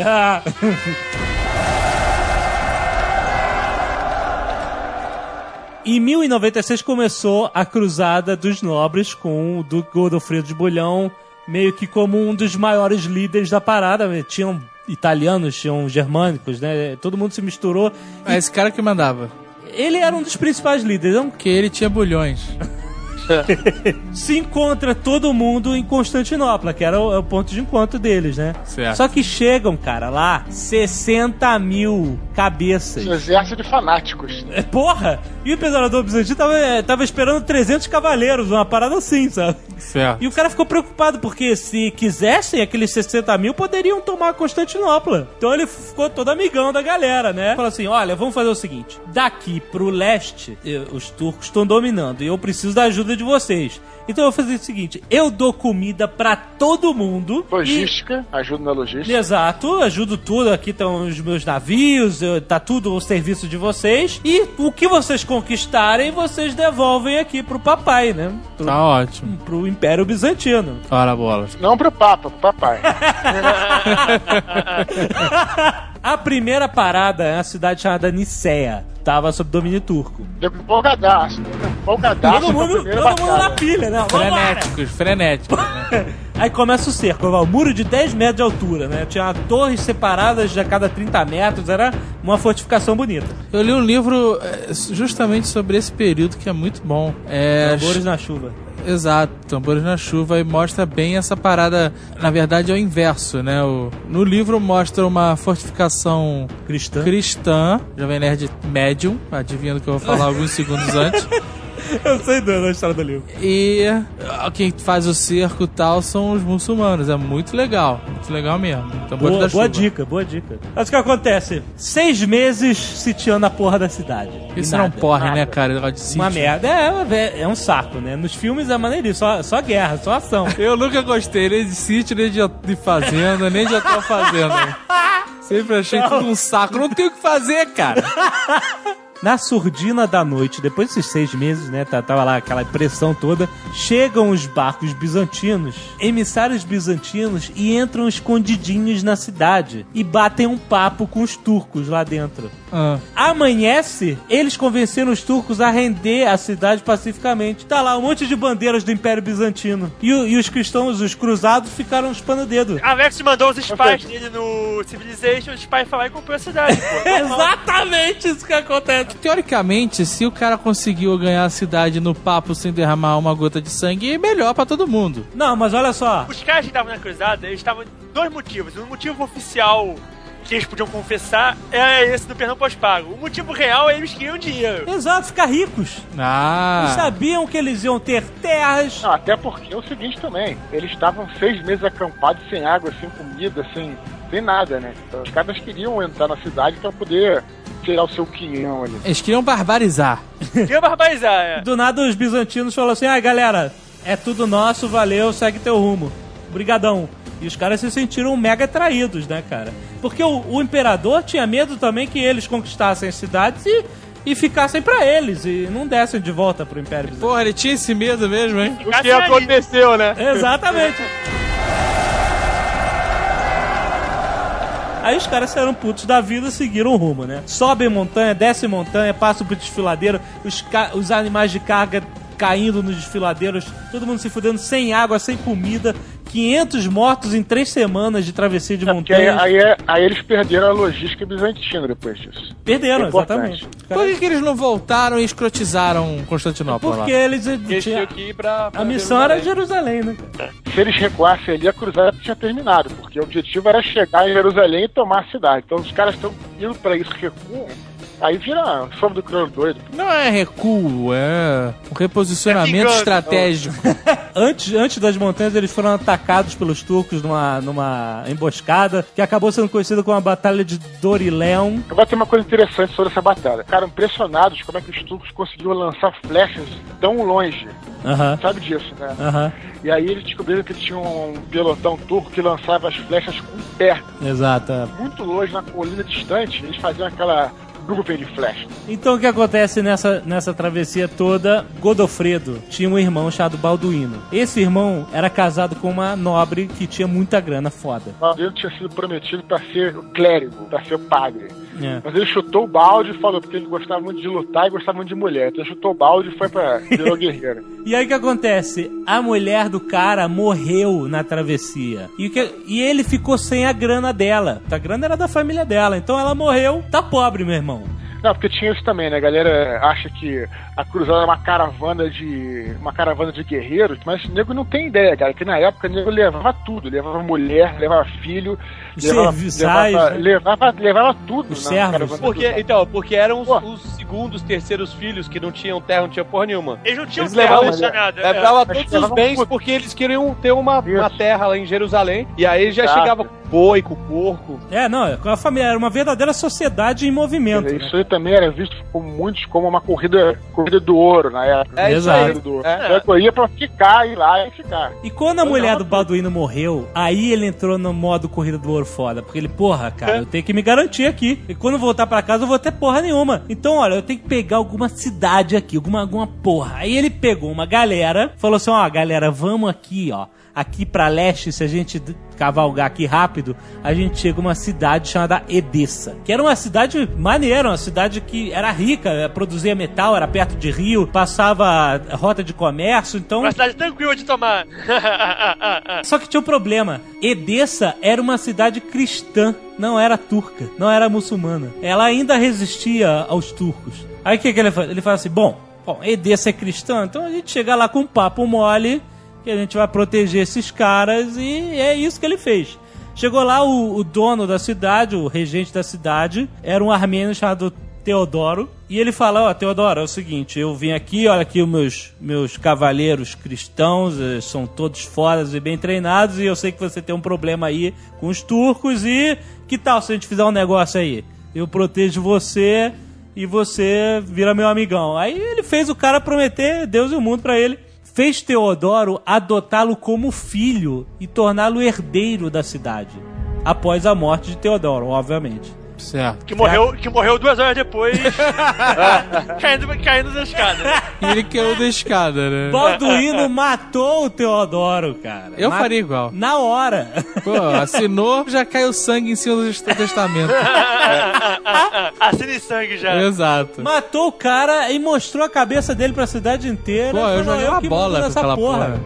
Em mil e noventa e seis começou a Cruzada dos Nobres com o Duque Godofredo de Bouillon, meio que como um dos maiores líderes da parada. Tinham italianos, tinham germânicos, né? Todo mundo se misturou. É esse cara que mandava. Ele era um dos principais líderes, não? Porque ele tinha bulhões. Se encontra todo mundo em Constantinopla, que era o, é o ponto de encontro deles, né? Certo. Só que chegam, cara, lá sessenta mil cabeças. Um exército de fanáticos. É, porra! E o imperador bizantino tava, tava esperando trezentos cavaleiros, uma parada assim, sabe? Certo. E o cara ficou preocupado, porque se quisessem, aqueles sessenta mil poderiam tomar Constantinopla. Então ele ficou todo amigão da galera, né? Falou assim, olha, vamos fazer o seguinte, daqui pro leste, eu, os turcos estão dominando, e eu preciso da ajuda de vocês. Então eu vou fazer o seguinte, eu dou comida pra todo mundo. Logística, e... ajuda na logística. Exato, ajudo tudo, aqui estão os meus navios, eu, tá tudo ao serviço de vocês. E o que vocês conquistarem, vocês devolvem aqui pro papai, né? Pro, tá ótimo. Pro Império Bizantino. Ora, bola. Não pro Papa, pro papai. A primeira parada é uma cidade chamada Nicéia. Tava sob domínio turco. Empolgadaço. Empolgadaço. Todo mundo, todo mundo na pilha, né? Frenéticos, frenéticos. Né? Aí começa o cerco, o muro de dez metros de altura, né? Tinha torres separadas de a cada trinta metros, era uma fortificação bonita. Eu li um livro justamente sobre esse período que é muito bom. É... Tambores na chuva. Exato, Tambores na Chuva, e mostra bem essa parada, na verdade é o inverso, né? O, no livro mostra uma fortificação cristã, cristã Jovem Nerd médium, adivinhando que eu vou falar alguns segundos antes. Eu sei da história do livro. E quem faz o cerco e tal são os muçulmanos. É muito legal. Muito legal mesmo. Boa, da boa dica, boa dica. Mas o que acontece? Seis meses sitiando a porra da cidade. Isso não porra, né, cara? De sítio. Uma merda. É, é um saco, né? Nos filmes é maneirinho. Só, só guerra, só ação. Eu nunca gostei nem de sítio, nem de, de fazenda, nem de hotel fazenda. Sempre achei não. tudo um saco. Não tem o que fazer, cara. Na surdina da noite, depois desses seis meses, né, tava lá aquela pressão toda, chegam os barcos bizantinos, emissários bizantinos, e entram escondidinhos na cidade e batem um papo com os turcos lá dentro. Ah. Amanhece, eles convenceram os turcos a render a cidade pacificamente. Tá lá um monte de bandeiras do Império Bizantino. E, e os cristãos, os cruzados, ficaram chupando o dedo. Alex mandou os spies dele no Civilization, os spies falaram e comprou a cidade, pô. Exatamente isso que acontece. Teoricamente, se o cara conseguiu ganhar a cidade no papo sem derramar uma gota de sangue, é melhor pra todo mundo. Não, mas olha só. Os caras que estavam na cruzada, eles estavam dois motivos. Um motivo oficial que eles podiam confessar é esse do perdão pós-pago. O motivo real é eles queriam dinheiro. Exato, ficar ricos. Ah. Eles sabiam que eles iam ter terras. Não, até porque é o seguinte também, eles estavam seis meses acampados sem água, sem comida, sem, sem nada, né? Então, os caras queriam entrar na cidade pra poder tirar o seu quinhão ali. Eles queriam barbarizar. Queriam barbarizar, é. Do nada os bizantinos falaram assim, ah, galera, é tudo nosso, valeu, segue teu rumo. Brigadão. E os caras se sentiram mega traídos, né, cara? Porque o, o imperador tinha medo também que eles conquistassem as cidades e, e ficassem pra eles, e não dessem de volta pro Império Bizantino. Porra, ele tinha esse medo mesmo, hein? O que aconteceu, né? Exatamente. Aí os caras saíram putos da vida e seguiram o rumo, né? Sobem montanha, descem montanha, passam pro desfiladeiro, os, ca- os animais de carga caindo nos desfiladeiros, todo mundo se fudendo, sem água, sem comida, quinhentos mortos em três semanas de travessia de é montanha. Aí, aí, aí eles perderam a logística bizantina depois disso. Perderam, exatamente. Por que, que eles não voltaram e escrotizaram Constantinopla? Porque lá? eles... Eles tinham que ir pra, pra a missão era Jerusalém, né? Se eles recuassem ali, a cruzada tinha terminado, porque o objetivo era chegar em Jerusalém e tomar a cidade. Então os caras estão indo pra isso, recuam, Aí vira sombra do crioulo doido. Não é recuo, é um reposicionamento É estratégico. Antes, antes das montanhas, eles foram atacados pelos turcos numa, numa emboscada, que acabou sendo conhecida como a Batalha de Dorileum. Agora tem uma coisa interessante sobre essa batalha. Ficaram impressionados como é que os turcos conseguiram lançar flechas tão longe. Aham. Sabe disso, né? Aham. E aí eles descobriram que eles tinham um pelotão turco que lançava as flechas com o pé. Exato. é. Muito longe, na colina distante, eles faziam aquela nuvem de flecha. Então o que acontece nessa, nessa travessia toda? Godofredo tinha um irmão chamado Balduíno. Esse irmão era casado com uma nobre que tinha muita grana foda. O Balduíno tinha sido prometido para ser o clérigo, para ser o padre. É. Mas ele chutou o balde e falou porque ele gostava muito de lutar e gostava muito de mulher. Então ele chutou o balde e foi pra virou guerreiro. E aí o que acontece? A mulher do cara morreu na travessia. E, o que, e ele ficou sem a grana dela. A grana era da família dela. Então ela morreu, tá pobre, meu irmão. Não, porque tinha isso também, né? A galera acha que a cruzada é uma caravana de. uma caravana de guerreiros, mas o nego não tem ideia, cara. Que na época o nego levava tudo, levava mulher, levava filho, Os levava, serviçais, levava, né? levava, levava tudo Os na servos. caravana. Porque, então, porque eram os, Pô. os segundos, terceiros filhos que não tinham terra, não tinham porra nenhuma. Eles não tinham Eles terra, levavam- não tinha nada. É. Levava mas todos os levavam bens tudo. porque eles queriam ter uma, Isso. uma terra lá em Jerusalém. E aí já Exato. chegava com boi, com porco. É, não, com a família. Era uma verdadeira sociedade em movimento. né? Isso aí também era visto por muitos como uma corrida, corrida do ouro na época. É isso aí. Corrida do ouro. É. É. Corria pra ficar, ir lá e ficar. E quando a Eu mulher não, do Balduíno morreu, aí ele entrou no modo corrida do ouro foda. Porque ele, porra, cara, eu tenho que me garantir aqui. E quando eu voltar pra casa, eu vou ter porra nenhuma. Então, olha, eu tenho que pegar alguma cidade aqui, alguma, alguma porra. Aí ele pegou uma galera, falou assim, ó, galera, vamos aqui, ó. Aqui pra leste, se a gente d- cavalgar aqui rápido, a gente chega a uma cidade chamada Edessa. Que era uma cidade maneira, uma cidade que era rica, eh, produzia metal, era perto de rio, passava rota de comércio, então... Uma cidade tranquila de tomar. Só que tinha um problema. Edessa era uma cidade cristã, não era turca, não era muçulmana. Ela ainda resistia aos turcos. Aí o que, que ele faz? Ele fala assim, bom, bom, Edessa é cristã, então a gente chega lá com um papo mole, que a gente vai proteger esses caras, e é isso que ele fez. Chegou lá o, o dono da cidade, o regente da cidade, era um armênio chamado Teodoro, e ele fala, ó, Teodoro, é o seguinte, eu vim aqui, olha aqui os meus, meus cavaleiros cristãos, eles são todos fodas e bem treinados, e eu sei que você tem um problema aí com os turcos, e que tal se a gente fizer um negócio aí? Eu protejo você e você vira meu amigão. Aí ele fez o cara prometer Deus e o mundo pra ele. Fez Teodoro adotá-lo como filho e torná-lo herdeiro da cidade. Após a morte de Teodoro, obviamente. Certo. Que morreu, que morreu duas horas depois, caindo, caindo da escada. E ele caiu da escada, né? Balduíno matou o Teodoro, cara. Eu Ma- faria igual. Na hora. Pô, assinou, já caiu sangue em cima do testamento. Assine sangue já. Exato. Matou o cara e mostrou a cabeça dele pra cidade inteira. Pô, eu Falou, joguei uma que bola mando com nessa aquela porra.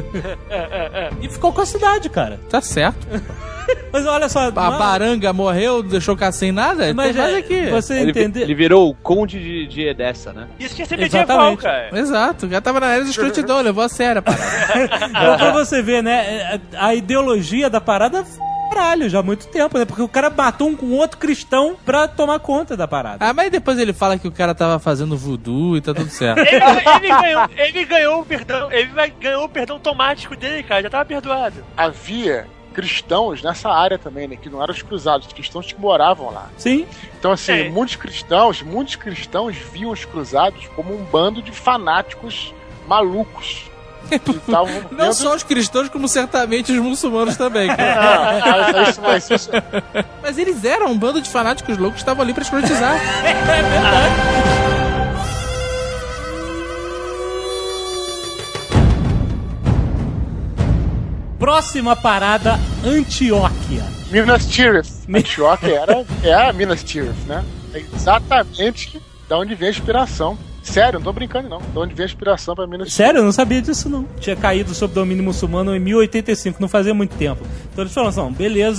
E ficou com a cidade, cara. Tá certo. Mas olha só. A ma- Baranga morreu, deixou ficar sem nada? Mas Tem mais é, aqui. você Ele, entendeu? ele virou o conde de, de Edessa, né? Isso que é ser medieval, Exatamente. cara. Exato, já tava na era de escrotidão, levou a sério a parada. Então, pra você ver, né? A ideologia da parada é caralho, já há muito tempo, né? Porque o cara matou um com outro cristão pra tomar conta da parada. Ah, mas depois ele fala que o cara tava fazendo voodoo e tá tudo certo. Ele, ele ganhou, ele ganhou o perdão, ele vai- ganhou o perdão automático dele, cara, já tava perdoado. Havia cristãos nessa área também, né? Que não eram os cruzados, os cristãos que moravam lá. Sim. Então, assim, É. muitos cristãos, muitos cristãos viam os cruzados como um bando de fanáticos malucos. Que estavam Não dentro- só os cristãos, como certamente os muçulmanos também, cara. Ah, mas isso, mas isso, Mas eles eram um bando de fanáticos loucos que estavam ali pra escrotizar. Próxima parada, Antioquia. Minas Tirith. Antioquia era, é a Minas Tirith, né? É exatamente da onde vem a inspiração. Sério, não tô brincando não. Da onde vem a inspiração pra Minas Tirith. Sério, eu não sabia disso não. Tinha caído sob domínio muçulmano em mil e oitenta e cinco, não fazia muito tempo. Então eles falaram assim, beleza,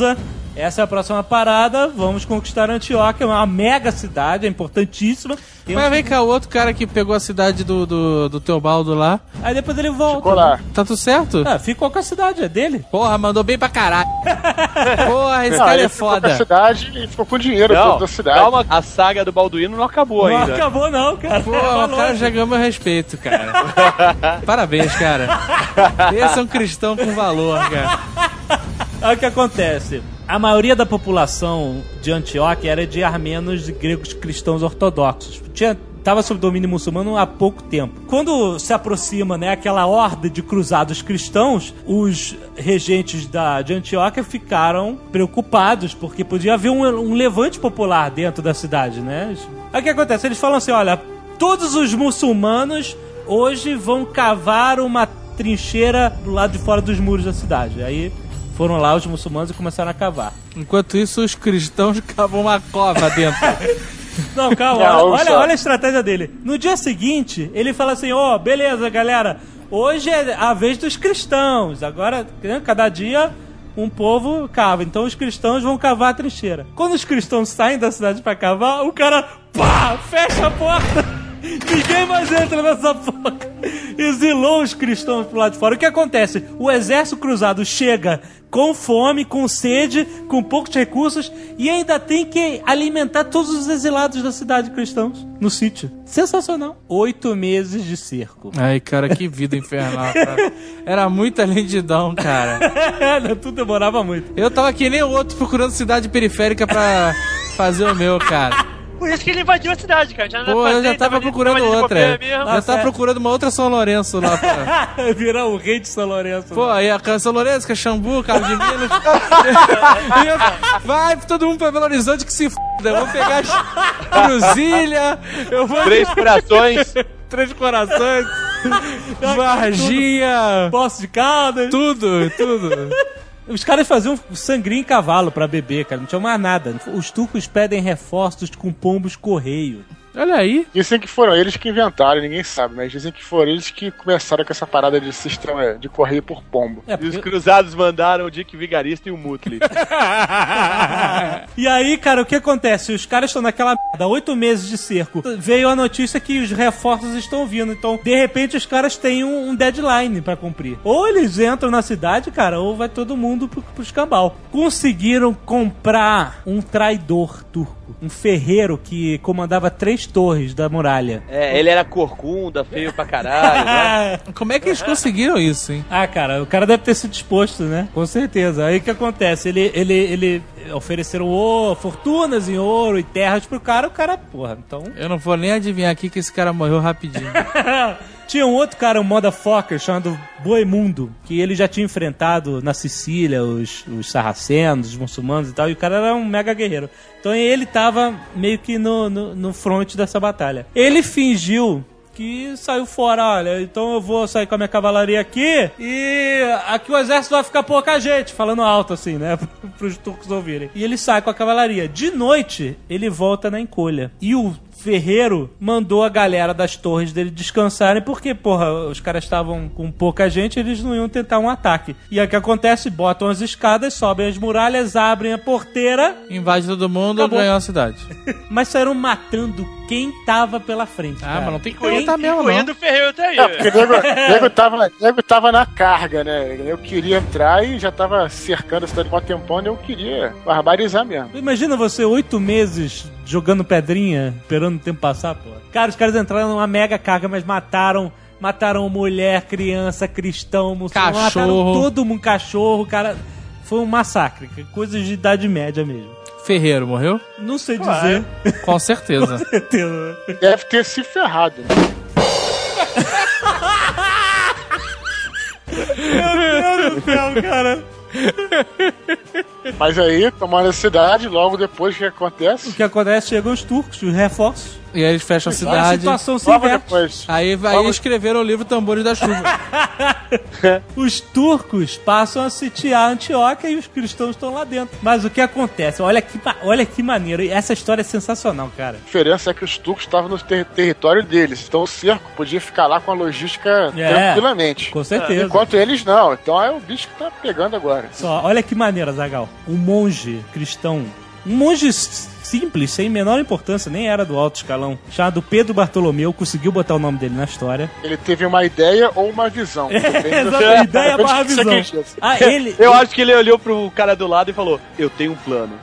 essa é a próxima parada, vamos conquistar Antioquia, uma mega cidade, é importantíssima. Mas vem cá, o outro cara que pegou a cidade do, do, do Teobaldo lá. Aí depois ele volta. Ficou lá. Tá tudo certo? Ah, ficou com a cidade, é dele. Porra, mandou bem pra caralho. Porra, esse Não, cara ele é ficou foda. com a cidade e ficou com o dinheiro Não, da cidade. calma, a saga do Balduino não acabou Não ainda. acabou não, cara. Porra, o cara já ganhou meu respeito, cara. Parabéns, cara. Esse é um cristão com valor, cara. Olha o que acontece. A maioria da população de Antioquia era de armenos e gregos cristãos ortodoxos. Tinha, tava sob domínio muçulmano há pouco tempo. Quando se aproxima, né, aquela horda de cruzados cristãos, os regentes da, de Antioquia ficaram preocupados, porque podia haver um, um levante popular dentro da cidade, né? Aí o que acontece? Eles falam assim, olha, todos os muçulmanos hoje vão cavar uma trincheira do lado de fora dos muros da cidade. Aí foram lá os muçulmanos e começaram a cavar. Enquanto isso, os cristãos cavam uma cova dentro. Não, calma, Não, olha, só. olha a estratégia dele. No dia seguinte, ele fala assim, ó, oh, beleza, galera, hoje é a vez dos cristãos. Agora, né, cada dia um povo cava. Então os cristãos vão cavar a trincheira. Quando os cristãos saem da cidade pra cavar, o cara, pá, fecha a porta. Ninguém mais entra nessa porra. Exilou os cristãos pro lado de fora. O que acontece? O exército cruzado chega com fome, com sede, com poucos recursos e ainda tem que alimentar todos os exilados da cidade cristãos no sítio. Sensacional. Oito meses de cerco. Ai, cara, que vida infernal, cara. Era muita lentidão, cara. Tudo demorava muito. Eu tava que nem o outro procurando cidade periférica pra fazer o meu, cara. Por isso que ele invadiu a cidade, cara. Já Pô, eu já tava procurando outra. Já tava certo. procurando uma outra São Lourenço lá. Pra... Virar o rei de São Lourenço. Pô, aí a São Lourenço, Caxambu, Carlos de Minas. Vai todo mundo pra Belo Horizonte que se f***. Eu vou pegar Cruzilha. Eu vou... Três corações. Três corações. Varginha. Poço de Caldas. Tudo, tudo. Os caras faziam sangria em cavalo pra beber, cara. Não tinha mais nada. Os turcos pedem reforços com pombos correio. Olha aí. Dizem que foram eles que inventaram, ninguém sabe, mas dizem que foram eles que começaram com essa parada de sistema de correio por pombo. É, E os porque... cruzados mandaram o Dick Vigarista e o Mutli. E aí, cara, o que acontece? Os caras estão naquela merda, oito meses de cerco. Veio a notícia que os reforços estão vindo. Então, de repente, os caras têm um, um deadline pra cumprir. Ou eles entram na cidade, cara, ou vai todo mundo pro, pro escambau. Conseguiram comprar um traidor turco. Um ferreiro que comandava três torres da muralha. É, ele era corcunda, feio pra caralho, né? Como é que eles conseguiram isso, hein? Ah, cara, o cara deve ter se disposto, né? Com certeza. Aí o que acontece? Ele, ele, ele ofereceram ouro, fortunas em ouro e terras pro cara, o cara, porra, então... Eu não vou nem adivinhar aqui que esse cara morreu rapidinho. Tinha um outro cara, um motherfucker, chamado Boemundo, que ele já tinha enfrentado na Sicília os, os sarracenos, os muçulmanos e tal, e o cara era um mega guerreiro. Então ele tava meio que no, no, no front dessa batalha. Ele fingiu que saiu fora, olha, então eu vou sair com a minha cavalaria aqui e aqui o exército vai ficar pouca gente, falando alto assim, né, pros turcos ouvirem. E ele sai com a cavalaria. De noite, ele volta na encolha. E o ferreiro mandou a galera das torres dele descansarem, porque, porra, os caras estavam com pouca gente, eles não iam tentar um ataque. E aí o que acontece? Botam as escadas, sobem as muralhas, abrem a porteira. Invade todo mundo, Acabou. ganhou a cidade. Mas saíram matando quem tava pela frente. Ah, cara. mas não tem que Incluindo, contar mesmo, não. incluindo o Ferreiro tá aí. É, porque o nego, nego, tava, nego tava na carga, né? Eu queria entrar e já tava cercando a cidade com um tempão e eu queria barbarizar mesmo. Imagina você oito meses jogando pedrinha, esperando o tempo passar, pô. Cara, os caras entraram numa mega carga, mas mataram... Mataram mulher, criança, cristão, muçulmano. Cachorro. Mataram todo mundo, cachorro, cara. Foi um massacre. Coisas de idade média mesmo. Ferreiro morreu? Não sei dizer. Com certeza. Com certeza. Deve ter se ferrado, né? Meu Deus do céu, cara. Mas aí, tomando a cidade, logo depois o que acontece? O que acontece? Chegam os turcos, os reforços. E aí eles fecham a A cidade. situação se Logo inverte. depois. Aí, aí Logo- escreveram o livro Tambores da Chuva. Os turcos passam a sitiar Antioquia e os cristãos estão lá dentro. Mas o que acontece? Olha que, ma- olha que maneiro. Essa história é sensacional, cara. A diferença é que os turcos estavam no ter- território deles, então o cerco podia ficar lá com a logística É, tranquilamente. Com certeza. Enquanto eles não, então é o bicho que tá pegando agora. Só, olha que maneiro, Zagal. um monge cristão, um monge simples, sem menor importância, nem era do alto escalão, chamado Pedro Bartolomeu, conseguiu botar o nome dele na história. Ele teve uma ideia ou uma visão. É, exatamente, ideia barra visão. Ah, ele, Eu ele... acho que ele olhou pro cara do lado e falou, eu tenho um plano.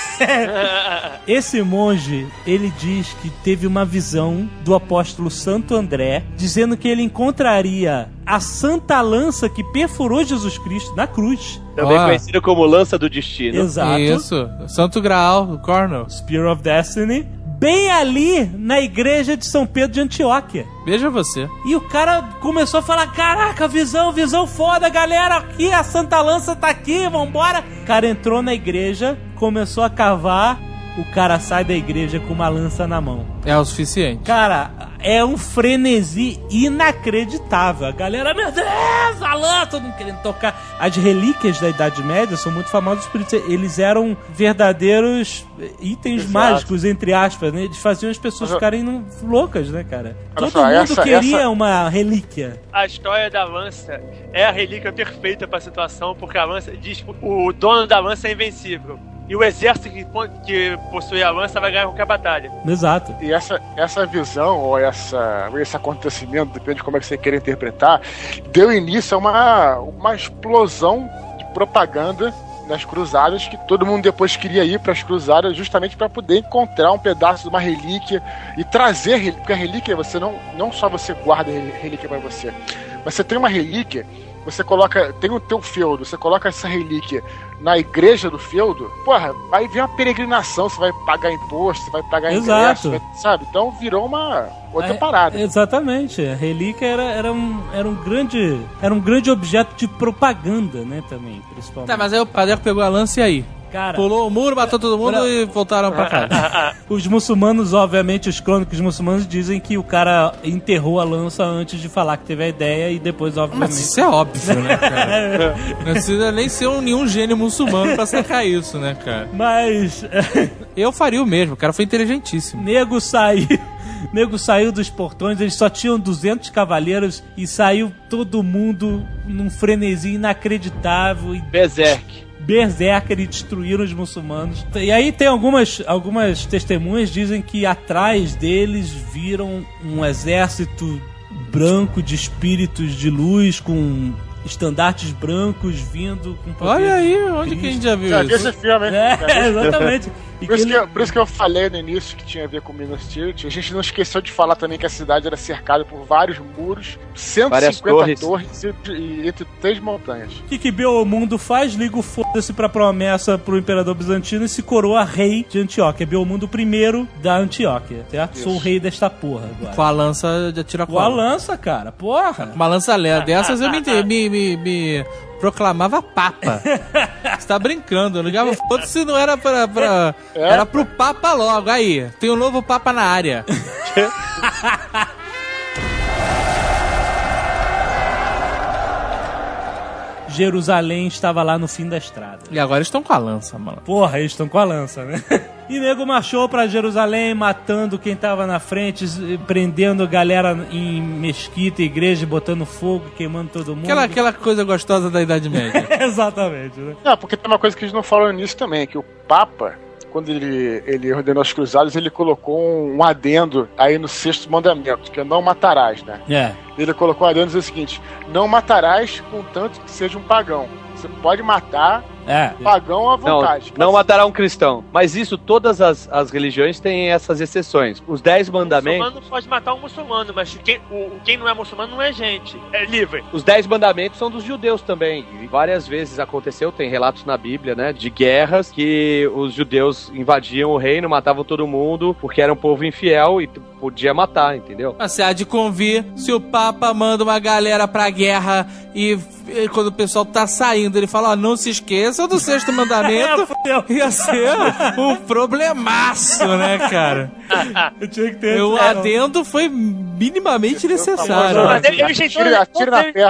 Esse monge, ele diz que teve uma visão do apóstolo Santo André, dizendo que ele encontraria a santa lança que perfurou Jesus Cristo na cruz. Também Ó. conhecido como lança do destino. Exato. Isso. Santo Graal, do Cornell. Spear of Destiny. Bem ali na igreja de São Pedro de Antioquia. Veja você. E o cara começou a falar, caraca, visão, visão foda, galera, aqui, a Santa Lança tá aqui, vambora. O cara entrou na igreja, começou a cavar, o cara sai da igreja com uma lança na mão. É o suficiente. Cara, é um frenesi inacreditável. A galera, meu Deus, a lança, todo mundo querendo tocar. As relíquias da Idade Média são muito famosas por isso. Eles eram verdadeiros itens Exato. mágicos, entre aspas, né? Eles faziam as pessoas Mas, ficarem loucas, né, cara? Olha Todo só, mundo essa- queria essa- uma relíquia. A história da lança é a relíquia perfeita pra situação, porque a lança diz que o dono da lança é invencível. E o exército que, que possui a lança vai ganhar qualquer batalha. Exato. E essa, essa visão, ou essa, esse acontecimento, depende de como é que você queira interpretar, deu início a uma, uma explosão de propaganda nas cruzadas, que todo mundo depois queria ir para as cruzadas justamente para poder encontrar um pedaço de uma relíquia e trazer relíquia, porque a relíquia, você não, não só você guarda a relíquia para você, mas você tem uma relíquia, você coloca, tem o teu feudo, você coloca essa relíquia na igreja do feudo, porra, vai vir uma peregrinação, você vai pagar imposto, você vai pagar Exato. ingresso, vai- sabe? Então virou uma outra É, parada. Exatamente. A relíquia era, era, um, era, um grande, era um grande objeto de propaganda, né, também, principalmente. Tá, mas aí o Padeco pegou a lança e aí? Cara, Pulou o muro, matou todo mundo Pra- e voltaram pra casa. os muçulmanos, obviamente, os crônicos muçulmanos dizem que o cara enterrou a lança antes de falar que teve a ideia e depois, obviamente... Mas isso é óbvio, né, cara? Não precisa nem ser um, nenhum gênio muçulmano pra sacar isso, né, cara? Mas... Eu faria o mesmo, o cara foi inteligentíssimo. Nego saiu... Nego saiu dos portões, eles só tinham duzentos cavaleiros e saiu todo mundo num frenesi inacreditável e Berserk. berserker e destruíram os muçulmanos. E aí tem algumas, algumas testemunhas que dizem que atrás deles viram um exército branco de espíritos de luz com estandartes brancos vindo com poder. Olha aí, onde que a gente já viu Já vi isso? esse filme, hein? É, Já vi esse filme. exatamente. E Por isso, que que ele- eu, por isso que eu falei no início que tinha a ver com Minas Tirith. A gente não esqueceu de falar também que a cidade era cercada por vários muros, cento e cinquenta Várias torres e, e entre três montanhas. O que, que Belmundo faz? Liga o foda-se pra promessa pro imperador bizantino e se coroa rei de Antioquia. Belmundo primeiro da Antioquia, certo? Isso. Sou o rei desta porra agora. Com a lança de atirar Com a lança, cara, porra. Uma lança lenta dessas eu me, me, me, me proclamava papa. Você tá brincando, eu ligava foda se não era pra, pra É. era pro papa logo. Aí, tem um novo papa na área. Jerusalém estava lá no fim da estrada. E agora estão com a lança, mano. Porra, eles estão com a lança, né? E nego marchou pra Jerusalém, matando quem tava na frente, prendendo galera em mesquita, igreja, botando fogo, queimando todo mundo. Aquela, aquela coisa gostosa da Idade Média. Exatamente, né? Não, porque tem uma coisa que eles não falam nisso também, que o Papa, quando ele, ele ordenou os cruzados, ele colocou um, um adendo aí no sexto mandamento, que é não matarás, né? É. Ele colocou um adendo dizendo o seguinte: não matarás contanto que seja um pagão. Você pode matar É. pagão à Não, vontade. não matará um cristão. Mas isso, todas as, as religiões têm essas exceções. Os dez O mandamentos... muçulmano pode matar um muçulmano, mas quem, o, quem não é muçulmano não é gente. É livre. Os dez mandamentos são dos judeus também. E várias vezes aconteceu, tem relatos na Bíblia, né? De guerras que os judeus invadiam o reino, matavam todo mundo, porque era um povo infiel e podia matar, entendeu? Mas você há de convir, se o Papa manda uma galera pra guerra e, e quando o pessoal tá saindo, ele fala, ó, não se esqueçam do sexto mandamento, ia ser um problemaço, né, cara? Eu tinha que ter. O é, adendo foi minimamente necessário. Famoso, Mas ele- ele atira, jeitou- atira na perna.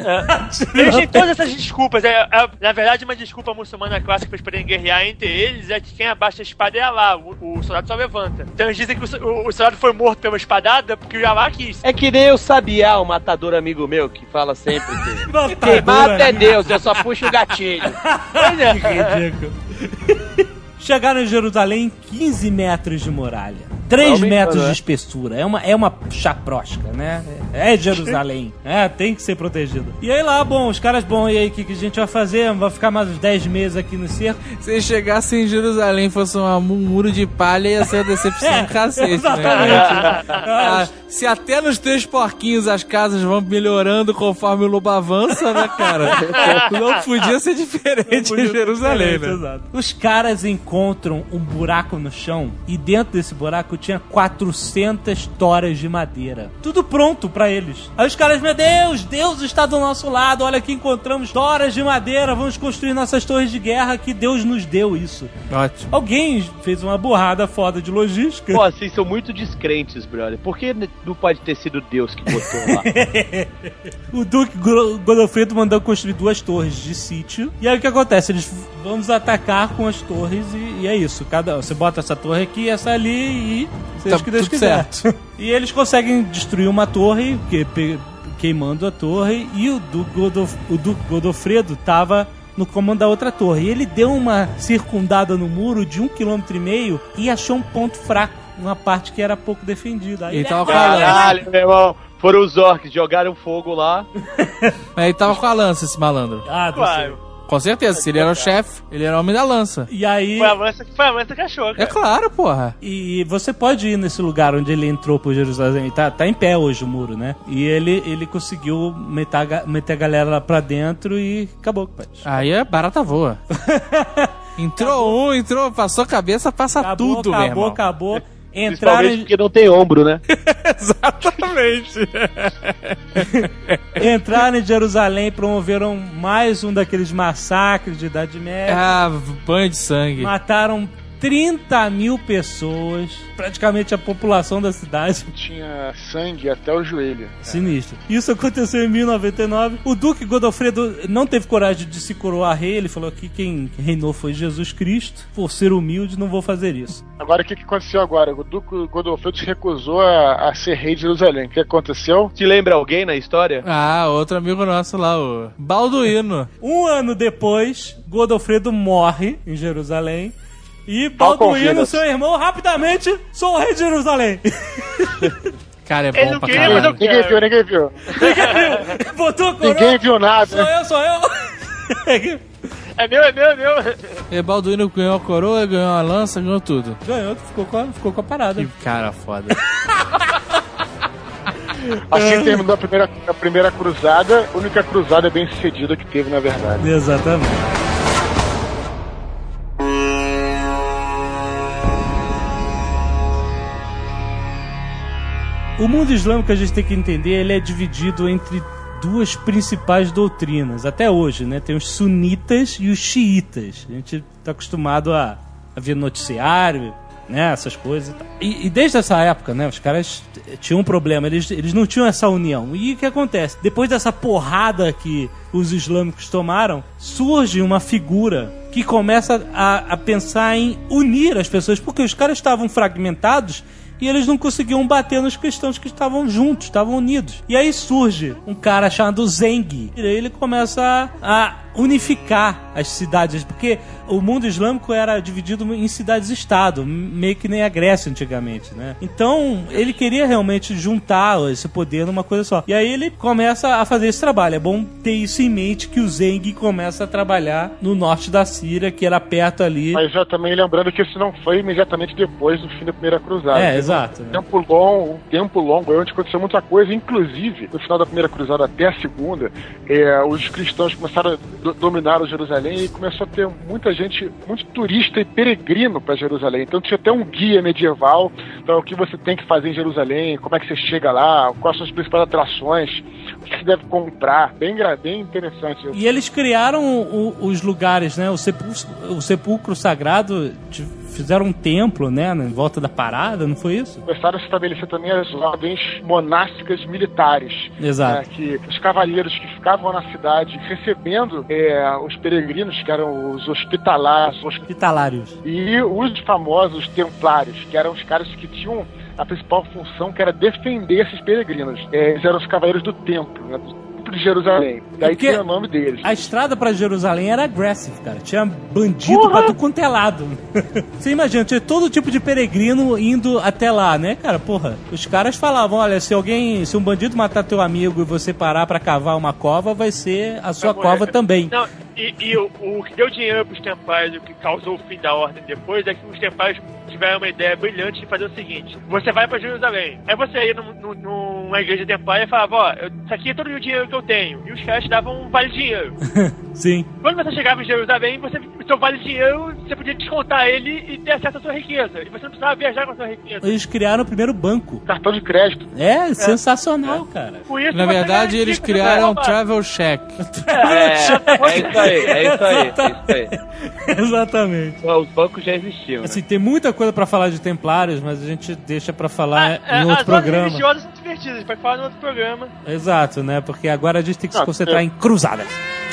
É. Eles têm todas essas desculpas. É, é, na verdade, uma desculpa muçulmana clássica pra eles poderem guerrear entre eles é que quem abaixa a espada é Allah, o, o soldado só levanta. Então eles dizem que o, o, o soldado foi morto pela espadada porque o Allah quis. É que nem o Sabiá, o matador amigo meu, que fala sempre que quem mata é Deus, eu só puxo o gatilho. Pois é. Que ridículo. Chegaram em Jerusalém quinze metros de muralha. três metros de espessura. É uma, é uma chaprosca, né? É Jerusalém. É, tem que ser protegido. E aí lá, bom, os caras, bom, e aí, o que, que a gente vai fazer? Vai ficar mais uns dez meses aqui no cerco? Se eles chegassem em Jerusalém e fosse um muro de palha, ia ser uma decepção É, do cacete, exatamente. né? Ah, se até nos Três Porquinhos as casas vão melhorando conforme o lobo avança, né, cara? Não podia ser diferente Podia em ser Jerusalém, diferente, né? exato. Os caras encontram um buraco no chão e dentro desse buraco tinha quatrocentas toras de madeira. Tudo pronto pra eles. Aí os caras, meu Deus, Deus está do nosso lado. Olha aqui, encontramos toras de madeira. Vamos construir nossas torres de guerra que Deus nos deu isso. Ótimo. Alguém fez uma burrada foda de logística. Pô, vocês são muito descrentes, brother. Por que não pode ter sido Deus que botou lá? O Duque Godofredo mandou construir duas torres de sítio. E aí o que acontece? Eles vão nos atacar com as torres e, e é isso. Cada, você bota essa torre aqui, essa ali e seja Tá o que Deus tudo quiser. certo. E eles conseguem destruir uma torre, que, pe, queimando a torre, e o Duque Godof, o Duque Godofredo tava no comando da outra torre. E ele deu uma circundada no muro de um quilômetro e meio e achou um ponto fraco, uma parte que era pouco defendida. Aí Ele ele tava com a lança. Caralho, meu irmão. Foram os orcs, jogaram fogo lá. Aí tava com a lança esse malandro. Ah, não Claro. sei. Com certeza, se ele era o chefe, ele era o homem da lança. E aí... Foi a lança que foi a lança que achou, É cara. claro, porra. E você pode ir nesse lugar onde ele entrou por Jerusalém. Tá, tá em pé hoje o muro, né? E ele, ele conseguiu meter a, ga- meter a galera lá pra dentro e acabou com o país. Aí é barata voa. Entrou um, entrou, passou a cabeça, passa Acabou, tudo, meu acabou, irmão. acabou. Entraram Principalmente em, porque não tem ombro, né? Exatamente. entraram em Jerusalém e promoveram mais um daqueles massacres de Idade Média. Ah, banho de sangue. Mataram trinta mil pessoas, praticamente a população da cidade. Tinha sangue até o joelho. Sinistro. Isso aconteceu em mil e noventa e nove. O Duque Godofredo não teve coragem de se coroar rei. Ele falou que quem reinou foi Jesus Cristo. Por ser humilde, não vou fazer isso. Agora, o que, que aconteceu agora? O Duque Godofredo se recusou a, a ser rei de Jerusalém. O que aconteceu? Te lembra alguém na história? Ah, outro amigo nosso lá, o Balduíno. Um ano depois, Godofredo morre em Jerusalém. E Qual Balduíno, convida? seu irmão, rapidamente, sou o rei de Jerusalém. Cara, é Ele bom não pra queria, mas eu caralho. Ninguém viu, ninguém viu. Botou a coroa. Ninguém viu nada. Sou eu, sou eu. É meu, é meu, é meu. E Balduíno ganhou a coroa, ganhou a lança, ganhou tudo. Ganhou, ficou com a, ficou com a parada. Que cara foda. Assim terminou a primeira, a primeira cruzada, a única cruzada bem sucedida que teve, na verdade. Exatamente. O mundo islâmico, a gente tem que entender, ele é dividido entre duas principais doutrinas, até hoje, né? Tem os sunitas e os xiitas. A gente está acostumado a, a ver noticiário, né? Essas coisas e tal. E, e desde essa época, né? Os caras tinham um problema, eles, eles não tinham essa união. E o que acontece? Depois dessa porrada que os islâmicos tomaram, surge uma figura que começa a, a pensar em unir as pessoas, porque os caras estavam fragmentados e eles não conseguiam bater nos cristãos que estavam juntos, estavam unidos. E aí surge um cara chamado Zeng. E aí ele começa a, a unificar as cidades, porque o mundo islâmico era dividido em cidades-estado, meio que nem a Grécia antigamente, né? Então, ele queria realmente juntar esse poder numa coisa só. E aí ele começa a fazer esse trabalho. É bom ter isso em mente, que o Zeng começa a trabalhar no norte da Síria, que era perto ali. Mas já também lembrando que isso não foi imediatamente depois do fim da Primeira Cruzada. É, exato. Um Né? tempo longo, um tempo longo, onde aconteceu muita coisa, inclusive, no final da Primeira Cruzada até a Segunda, é, os cristãos começaram a do, dominar o Jerusalém e começou a ter muita gente, muito turista e peregrino para Jerusalém. Então tinha até um guia medieval para o que você tem que fazer em Jerusalém, como é que você chega lá, quais são as principais atrações, o que você deve comprar. Bem, bem interessante isso. E eles criaram o, os lugares, né? O sepulcro, o sepulcro sagrado fizeram um templo, né, em volta da parada, não foi isso? Começaram a se estabelecer também as ordens monásticas militares. Exato. Né, que os cavaleiros que ficavam na cidade recebendo é, os peregrinos, que eram os hospitalários, os hospitalários, e os famosos templários, que eram os caras que tinham a principal função, que era defender esses peregrinos. É, eles eram os cavaleiros do templo, né, do de Jerusalém. Daí porque tinha o nome deles. A estrada pra Jerusalém era aggressive, cara. Tinha bandido Porra. pra tu quanto é lado. Você imagina, tinha todo tipo de peregrino indo até lá, né, cara? Porra, os caras falavam, olha, se alguém, se um bandido matar teu amigo e você parar pra cavar uma cova, vai ser a sua vai cova também. Não, e, e o, o que deu dinheiro pros templários, o que causou o fim da ordem depois, é que os templários tiveram uma ideia brilhante de fazer o seguinte: você vai pra Jerusalém, aí você ia num, num, numa igreja templária e falava, ó, eu, isso aqui é todo o dinheiro que eu tenho, e os caras te davam um vale-dinheiro. Sim. Quando você chegava em Jerusalém, você, o seu vale-dinheiro, você podia descontar ele e ter acesso à sua riqueza, e você não precisava viajar com a sua riqueza. Eles criaram o primeiro banco. Cartão de crédito. É, é. sensacional, é. cara. Por isso Na verdade, eles rico, criaram Travel Check. É, é isso aí, é isso aí, é isso aí. Exatamente. Os bancos já existiam. Assim, né? tem muita coisa pra falar de Templários, mas a gente deixa pra falar ah, em outro as programa. As religiosas são divertidas, a gente pode falar em outro programa. Exato, né? Porque agora a gente tem que Não, se concentrar é. em cruzadas.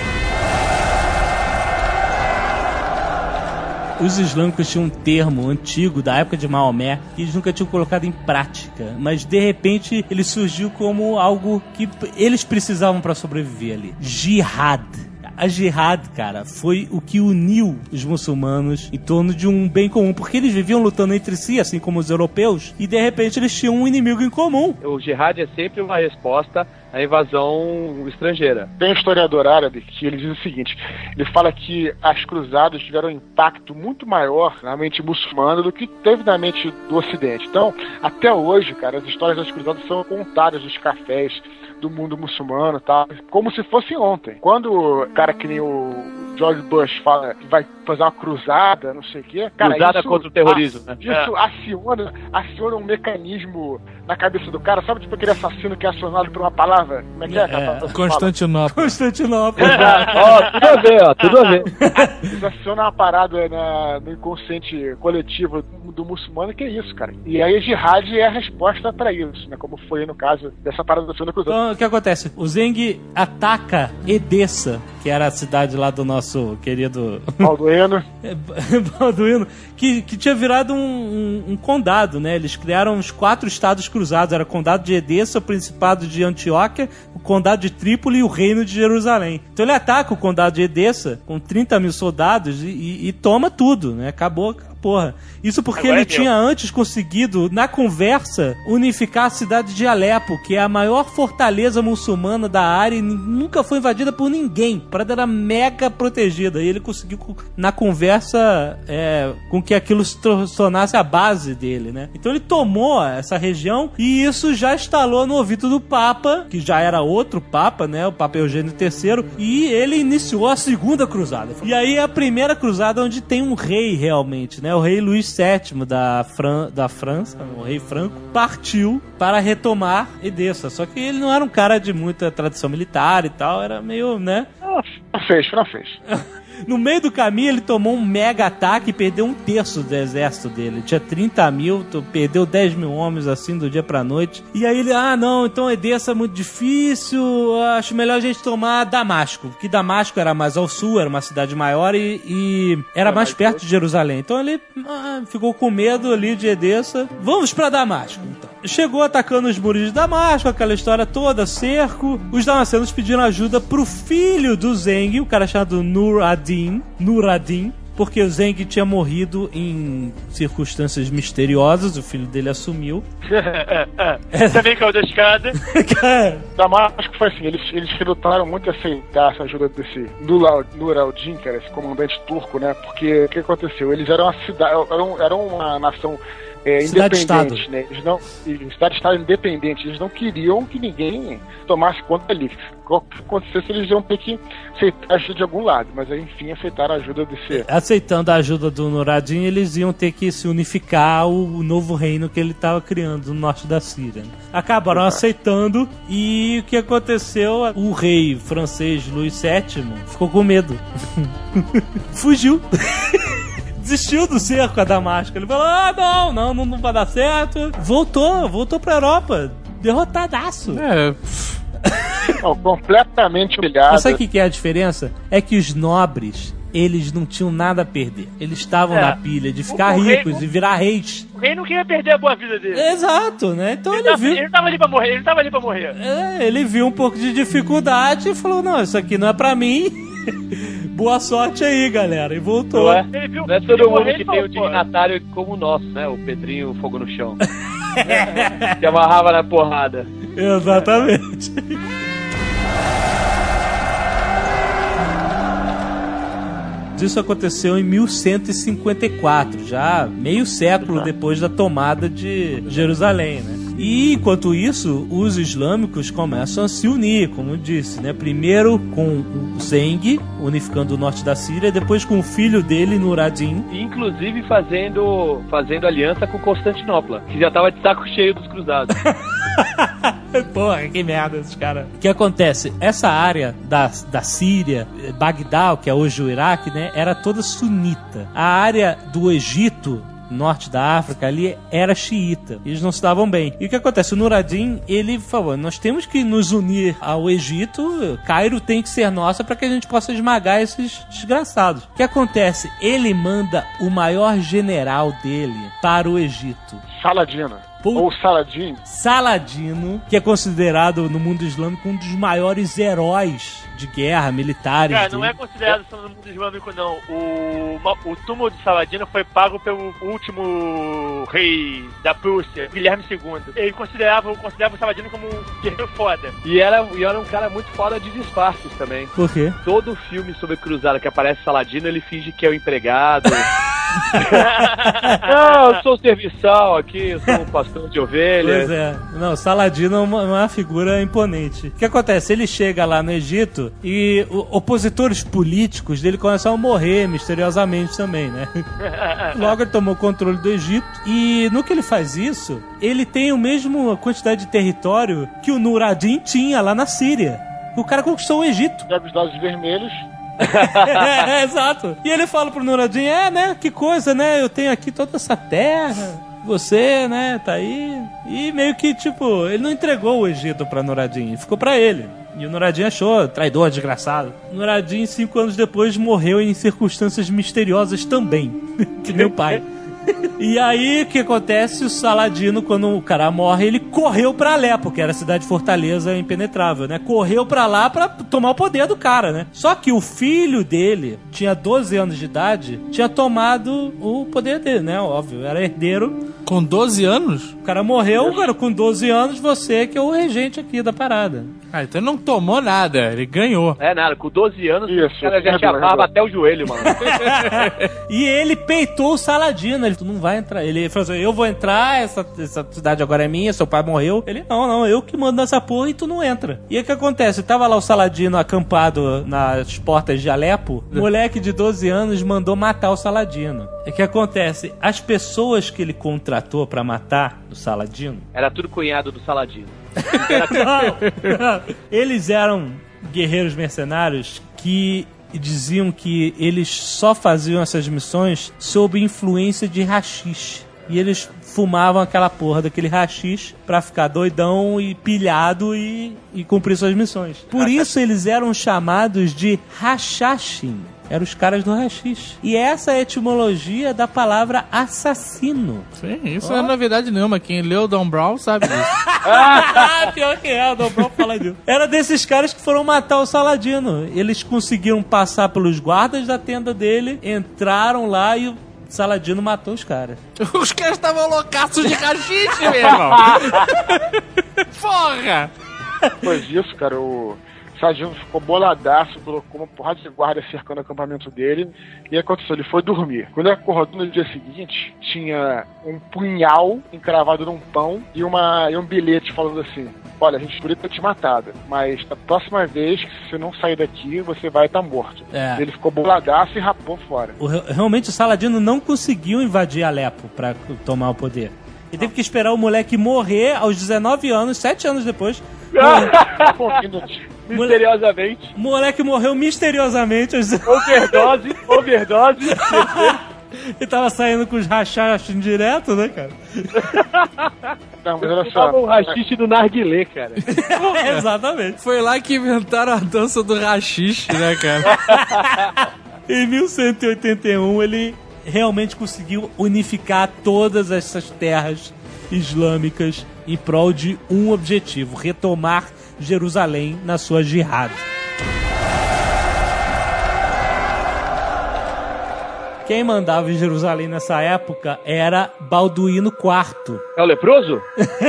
Os islâmicos tinham um termo antigo da época de Maomé que eles nunca tinham colocado em prática, mas de repente ele surgiu como algo que eles precisavam para sobreviver ali. Jihad. A jihad, cara, foi o que uniu os muçulmanos em torno de um bem comum, porque eles viviam lutando entre si, assim como os europeus, e de repente eles tinham um inimigo em comum. O jihad é sempre uma resposta à invasão estrangeira. Tem um historiador árabe que ele diz o seguinte: ele fala que as cruzadas tiveram um impacto muito maior na mente muçulmana do que teve na mente do Ocidente. Então, até hoje, cara, as histórias das cruzadas são contadas nos cafés do mundo muçulmano, tá? Como se fosse ontem. Quando o cara que nem o George Bush fala que vai fazer uma cruzada, não sei o quê... Cara, cruzada isso, contra o terrorismo, a, né? Isso é. aciona, aciona um mecanismo na cabeça do cara. Sabe, tipo aquele assassino que é acionado por uma palavra? Como é que é, cara? É, Constantinopla. Constantinopla. Ó, tudo a ver, ó, tudo a ver. Isso aciona uma parada na, no inconsciente coletivo do, do muçulmano, que é isso, cara. E aí a jihad é a resposta pra isso, né? Como foi no caso dessa parada da segunda cruzada. Então, o que acontece? O Zeng ataca Edessa, que era a cidade lá do nosso querido Balduino. Balduino, que, que tinha virado um, um, um condado, né? Eles criaram os quatro estados cruzados. Era o condado de Edessa, o principado de Antioquia, o condado de Trípoli e o reino de Jerusalém. Então ele ataca o condado de Edessa com trinta mil soldados e, e, e toma tudo, né? Acabou porra. Isso porque Agora ele é tinha antes conseguido, na conversa, unificar a cidade de Alepo, que é a maior fortaleza muçulmana da área e nunca foi invadida por ninguém. A parada era mega protegida. E ele conseguiu, na conversa, é, com que aquilo se tornasse a base dele, né? Então ele tomou essa região e isso já instalou no ouvido do Papa, que já era outro Papa, né? O Papa Eugênio terceiro, e ele iniciou a segunda cruzada. E aí é a primeira cruzada onde tem um rei realmente, né? O rei Luís sétimo da, Fran... da França, o rei Franco, partiu para retomar Edessa. Só que ele não era um cara de muita tradição militar e tal, era meio, né? Não fez, não fez. No meio do caminho ele tomou um mega ataque e perdeu um terço do exército dele. Tinha trinta mil, perdeu dez mil homens assim do dia pra noite. E aí ele, ah não, então Edessa é muito difícil, acho melhor a gente tomar Damasco. Porque Damasco era mais ao sul, era uma cidade maior e, e era mais perto de Jerusalém. Então ele ah, ficou com medo ali de Edessa. Vamos pra Damasco então. Chegou atacando os muros de Damasco, aquela história toda, cerco. Os damascenos pediram ajuda pro filho do Zeng, o cara chamado Nur ad-Din, Nur ad-Din, porque o Zeng tinha morrido em circunstâncias misteriosas, o filho dele assumiu. Também caiu da escada. Damasco foi assim, eles, eles relutaram muito a aceitar essa ajuda desse Nur ad-Din, cara, esse comandante turco, né? Porque o que aconteceu? Eles eram uma cidade, eram, eram uma nação É, independente, né? Eles não, Estado-Estado independente, eles não queriam que ninguém tomasse conta ali. O que acontecesse, eles iam ter que aceitar a ajuda de algum lado, mas aí, enfim, aceitaram a ajuda desse... Aceitando a ajuda do Nur ad-Din, eles iam ter que se unificar ao novo reino que ele estava criando no norte da Síria. Acabaram Exato. aceitando e o que aconteceu? O rei francês Luís sétimo ficou com medo. Fugiu. desistiu do cerco a Damasco. Ele falou, ah, não, não, não, não vai dar certo. Voltou, voltou pra Europa. Derrotadaço. É... Não, completamente humilhado. Mas sabe o que, que é a diferença? É que os nobres, eles não tinham nada a perder. Eles estavam É. na pilha de ficar O- o ricos rei- e virar reis. O rei não queria perder a boa vida dele. Exato, né? Então Ele, ele, tava, viu. ele não tava ali pra morrer, ele não tava ali pra morrer. É, ele viu um pouco de dificuldade e falou: não, isso aqui não é pra mim. Boa sorte aí, galera. E voltou. Não é, Ele viu não é ele todo mundo morrer, que ele tem o falou, dignatário como o nosso, né? O Pedrinho Fogo no Chão. Que amarrava na porrada. Exatamente. Isso aconteceu em mil cento e cinquenta e quatro, já meio século depois da tomada de Jerusalém, né? E enquanto isso, os islâmicos começam a se unir, como eu disse, né? Primeiro com o Zeng, unificando o norte da Síria, depois com o filho dele, Nur-ad-Din. Inclusive fazendo, fazendo aliança com Constantinopla, que já tava de saco cheio dos cruzados. Porra, que merda esses caras. O que acontece? Essa área da, da Síria, Bagdá, que é hoje o Iraque, né? Era toda sunita. A área do Egito, norte da África, ali era xiita. Eles não se davam bem. E o que acontece? O Nur-ad-Din, ele falou, nós temos que nos unir ao Egito, Cairo tem que ser nossa para que a gente possa esmagar esses desgraçados. O que acontece? Ele manda o maior general dele para o Egito. Saladino. Put- Ou Saladin. Saladino, que é considerado no mundo islâmico um dos maiores heróis de guerra, militares. Cara, não dele. é considerado no mundo islâmico, não. O, o túmulo de Saladino foi pago pelo último rei da Prússia, Guilherme segundo. Ele considerava, considerava o Saladino como um guerreiro foda. E era, e era um cara muito fora de disfarces também. Por quê? Todo filme sobre cruzada que aparece Saladino, ele finge que é o empregado. Não, eu sou o serviçal aqui, eu sou um pastor de ovelhas. Pois é. Não, Saladino é uma, uma figura imponente. O que acontece? Ele chega lá no Egito e o, opositores políticos dele começam a morrer misteriosamente também, né? Logo ele tomou o controle do Egito e no que ele faz isso, ele tem o mesmo quantidade de território que o Nur-ad-Din tinha lá na Síria. O cara conquistou o Egito. Pega os dados vermelhos. É, exato. E ele fala pro Nur-ad-Din, é, né, que coisa, né, eu tenho aqui toda essa terra, você, né, tá aí. E meio que, tipo, ele não entregou o Egito pra Nur-ad-Din, ficou pra ele. E o Nur-ad-Din achou traidor, desgraçado. Nur-ad-Din, cinco anos depois, morreu em circunstâncias misteriosas também, que nem o pai. E aí, o que acontece? O Saladino, quando o cara morre, ele correu pra Alepo, que era a cidade fortaleza impenetrável, né? Correu pra lá pra tomar o poder do cara, né? Só que o filho dele, tinha doze anos de idade, tinha tomado o poder dele, né? Óbvio, era herdeiro. Com doze anos? O cara morreu, cara, com doze anos, você que é o regente aqui da parada. Ah, então ele não tomou nada, ele ganhou. É nada, com doze anos, Isso, o cara já é tinha doido. barba até o joelho, mano. E ele peitou o Saladino. Ele, tu não vai entrar. Ele falou assim, eu vou entrar, essa, essa cidade agora é minha, seu pai morreu. Ele, não, não, eu que mando nessa porra e tu não entra. E aí o que acontece? Tava lá o Saladino acampado nas portas de Alepo, o moleque de doze anos mandou matar o Saladino. E o que acontece? As pessoas que ele contratou pra matar o Saladino... Era tudo cunhado do Saladino. Não, não. Eles eram guerreiros mercenários que diziam que eles só faziam essas missões sob influência de haxixe. E eles fumavam aquela porra daquele haxixe pra ficar doidão e pilhado e, e cumprir suas missões. Por isso eles eram chamados de Hashashin. Eram os caras do haxixe. E essa é a etimologia da palavra assassino. Sim, isso não é novidade nenhuma. Quem leu o Dan Brown sabe disso. Ah, pior que é, o Dobrão fala disso. Era desses caras que foram matar o Saladino. Eles conseguiram passar pelos guardas da tenda dele, entraram lá e o Saladino matou os caras. Os caras estavam loucaços de rachixe, meu irmão. Porra! Depois disso, cara, o Saladino ficou boladaço, colocou uma porrada de guarda cercando o acampamento dele. E aí aconteceu, ele foi dormir. Quando ele acordou no dia seguinte, tinha um punhal encravado num pão e, uma, e um bilhete falando assim: olha, a gente podia ter te matado, mas da próxima vez que você não sair daqui, você vai estar morto. É. Ele ficou boladaço e rapou fora. O, realmente o Saladino não conseguiu invadir Alepo pra tomar o poder. Ele teve que esperar o moleque morrer aos dezenove anos, sete anos depois. Misteriosamente. O moleque morreu misteriosamente aos Overdose, overdose. Ele tava saindo com os rachachos direto, né, cara? Não, mas olha Tava só. o rachixe do narguilé, cara. Exatamente. Foi lá que inventaram a dança do rachixe, né, cara? Em mil cento e oitenta e um, ele realmente conseguiu unificar todas essas terras islâmicas em prol de um objetivo: retomar Jerusalém na sua jihad. Quem mandava em Jerusalém nessa época era Balduíno quarto. É o leproso?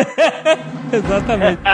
Exatamente.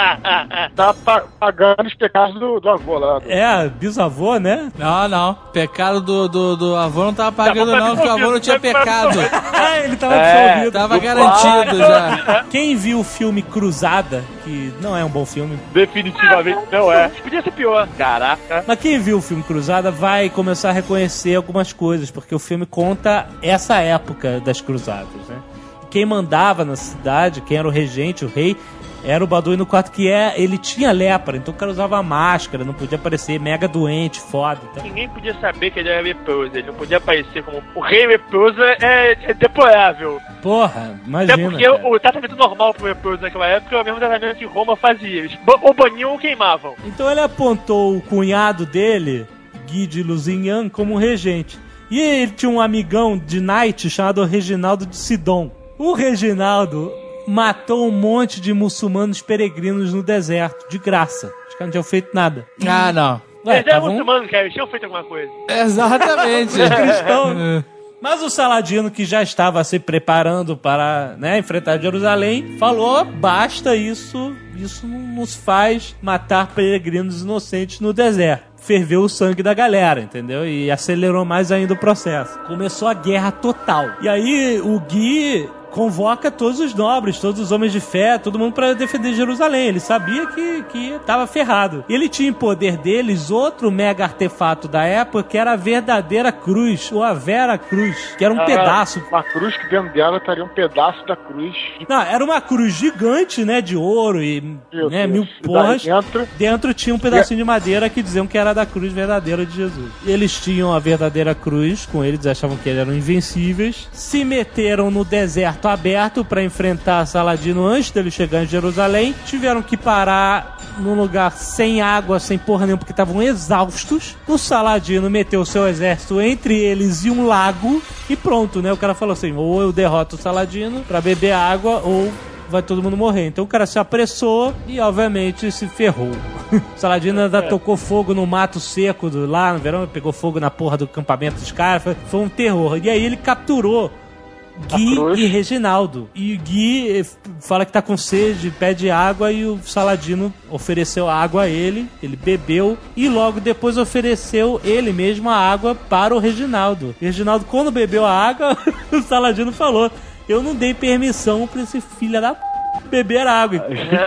Tá pa- pagando os pecados do, do avô lá. Do... É, bisavô, né? Não, não. Pecado do, do, do avô não tava pagando, não, porque o avô não tinha pecado. Ah, ele tava É, absolvido. Tava garantido já. Quem viu o filme Cruzada, que não é um bom filme, Definitivamente não é. Podia ser pior. Caraca. mas quem viu o filme Cruzada vai começar a reconhecer algumas coisas, porque o filme conta essa época das cruzadas, né? Quem mandava na cidade, quem era o regente, o rei, era o Balduíno quarto, que é, ele tinha lepra, então o cara usava máscara, não podia parecer mega doente, foda. Então. Ninguém podia saber que ele era leproso. Ele não podia aparecer como o rei leproso. É, é deplorável. Porra, Até imagina. porque cara. o tratamento normal pro leproso naquela época é o mesmo tratamento que Roma fazia. Eles ba- ou baniam ou queimavam. Então ele apontou o cunhado dele, Guy de Lusignan, como regente. E ele tinha um amigão de Night chamado Reginaldo de Sidon. O Reginaldo matou um monte de muçulmanos peregrinos no deserto, de graça. Os caras não tinham feito nada. Ah, não. Ué, Eles eram tavam muçulmanos, cara. Eles tinham feito alguma coisa. Exatamente. cristão. Mas o Saladino, que já estava se preparando para, né, enfrentar Jerusalém, falou: basta isso, isso não nos faz matar peregrinos inocentes no deserto. Ferveu o sangue da galera, entendeu? E acelerou mais ainda o processo. Começou a guerra total. E aí o Gui convoca todos os nobres, todos os homens de fé, todo mundo para defender Jerusalém. Ele sabia que, que tava ferrado. Ele tinha em poder deles outro mega artefato da época, que era a verdadeira cruz, ou a Vera Cruz, que era um Ah, pedaço. Uma cruz que dentro dela estaria um pedaço da cruz. Não, era uma cruz gigante, né, de ouro e Isso, né, mil isso. E porras. daí dentro- Dentro tinha um pedacinho de madeira que diziam que era da cruz verdadeira de Jesus. Eles tinham a verdadeira cruz com eles, achavam que eles eram invencíveis. Se meteram no deserto aberto para enfrentar Saladino antes dele chegar em Jerusalém. Tiveram que parar num lugar sem água, sem porra nenhuma, porque estavam exaustos. O Saladino meteu o seu exército entre eles e um lago e pronto, né? O cara falou assim: ou eu derroto o Saladino pra beber água, ou vai todo mundo morrer. Então o cara se apressou e, obviamente, se ferrou. O Saladino ainda tocou fogo no mato seco do, lá no verão, pegou fogo na porra do acampamento dos caras. Foi, foi um terror. E aí ele capturou Gui e Reginaldo. E o Gui eh, fala que tá com sede, pede água, e o Saladino ofereceu água a ele, ele bebeu e logo depois ofereceu ele mesmo a água para o Reginaldo. E o Reginaldo, quando bebeu a água, o Saladino falou: eu não dei permissão pra esse filho da p... beber água.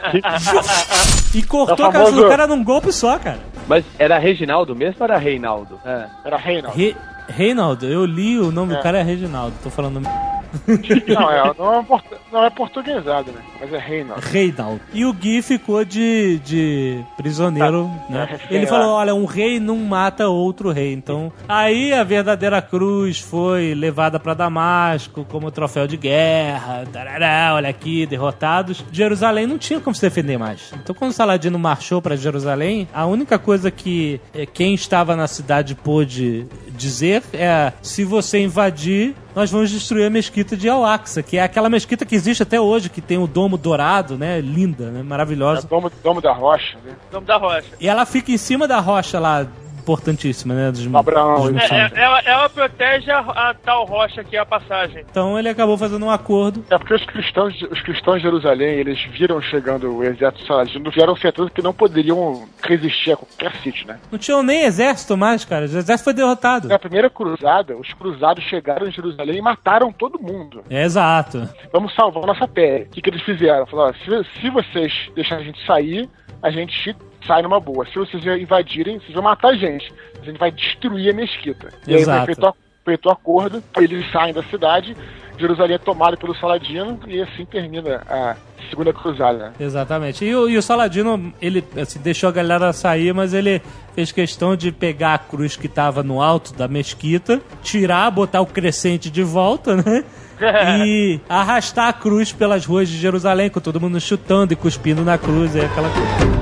E cortou É o a cabeça do famoso- cara num golpe só, cara. Mas era Reginaldo mesmo ou era Reinaldo? É. Era Reinaldo. Re... Reinaldo, eu li o nome É. do cara é Reginaldo, tô falando Não, é, não, é portu- não é portuguesado, né? Mas é Reinaldo. Reinaldo. E o Gui ficou de, de prisioneiro, né? é, Ele é. falou: olha, um rei não mata outro rei. Então, aí a verdadeira cruz foi levada pra Damasco como troféu de guerra. Tarará, olha aqui, derrotados. Jerusalém não tinha como se defender mais. Então, quando Saladino marchou pra Jerusalém, a única coisa que eh, quem estava na cidade pôde dizer é: se você invadir, nós vamos destruir a mesquita de Al-Aqsa, que é aquela mesquita que existe até hoje, que tem o domo dourado, né? Linda, né? É Maravilhosa. o domo, domo da Rocha, né? Nome da rocha. E ela fica em cima da rocha lá, importantíssima, né? Dos, Abraão, dos isso. É, muçulmanos. é, ela, ela protege a, a tal rocha que é a passagem. Então ele acabou fazendo um acordo. É porque os cristãos, os cristãos de Jerusalém, eles viram chegando o exército saladino, vieram certeza que não poderiam resistir a qualquer sítio, né? Não tinham nem exército mais, cara. O exército foi derrotado. Na primeira cruzada, os cruzados chegaram em Jerusalém e mataram todo mundo. É, exato. Vamos salvar nossa pele. O que, que eles fizeram? Falaram: se, se vocês deixarem a gente sair, a gente sai numa boa. Se vocês invadirem, vocês vão matar a gente. A gente vai destruir a mesquita. E aí Exato. foi feito, feito o acordo, eles saem da cidade, Jerusalém é tomada pelo Saladino, e assim termina a segunda cruzada, né? Exatamente. E o, e o Saladino, ele assim, deixou a galera sair, mas ele fez questão de pegar a cruz que tava no alto da mesquita, tirar, botar o crescente de volta, né? E arrastar a cruz pelas ruas de Jerusalém, com todo mundo chutando e cuspindo na cruz, e aquela coisa.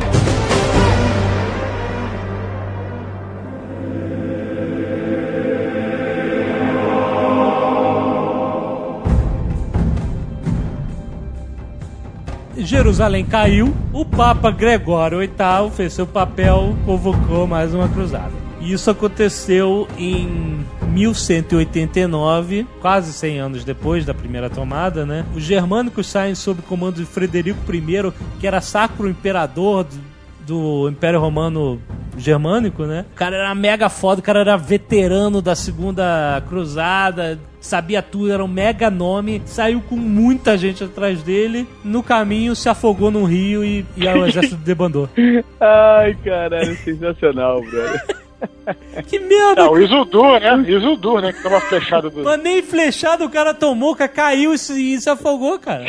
Jerusalém caiu, o Papa Gregório oitavo fez seu papel, convocou mais uma cruzada. E isso aconteceu em mil cento e oitenta e nove, quase cem anos depois da primeira tomada, né? Os germânicos saem sob comando de Frederico I, que era sacro imperador do, do Império Romano Germânico, né? O cara era mega foda, o cara era veterano da Segunda Cruzada, sabia tudo, era um mega nome, saiu com muita gente atrás dele, no caminho se afogou num rio e, e o exército debandou. Ai, caralho, sensacional, brother. Que merda! Não, o Isildur, né? Isildur, né? Que tava flechado do... Mas nem flechado o cara tomou, cara, caiu e se, e se afogou, cara.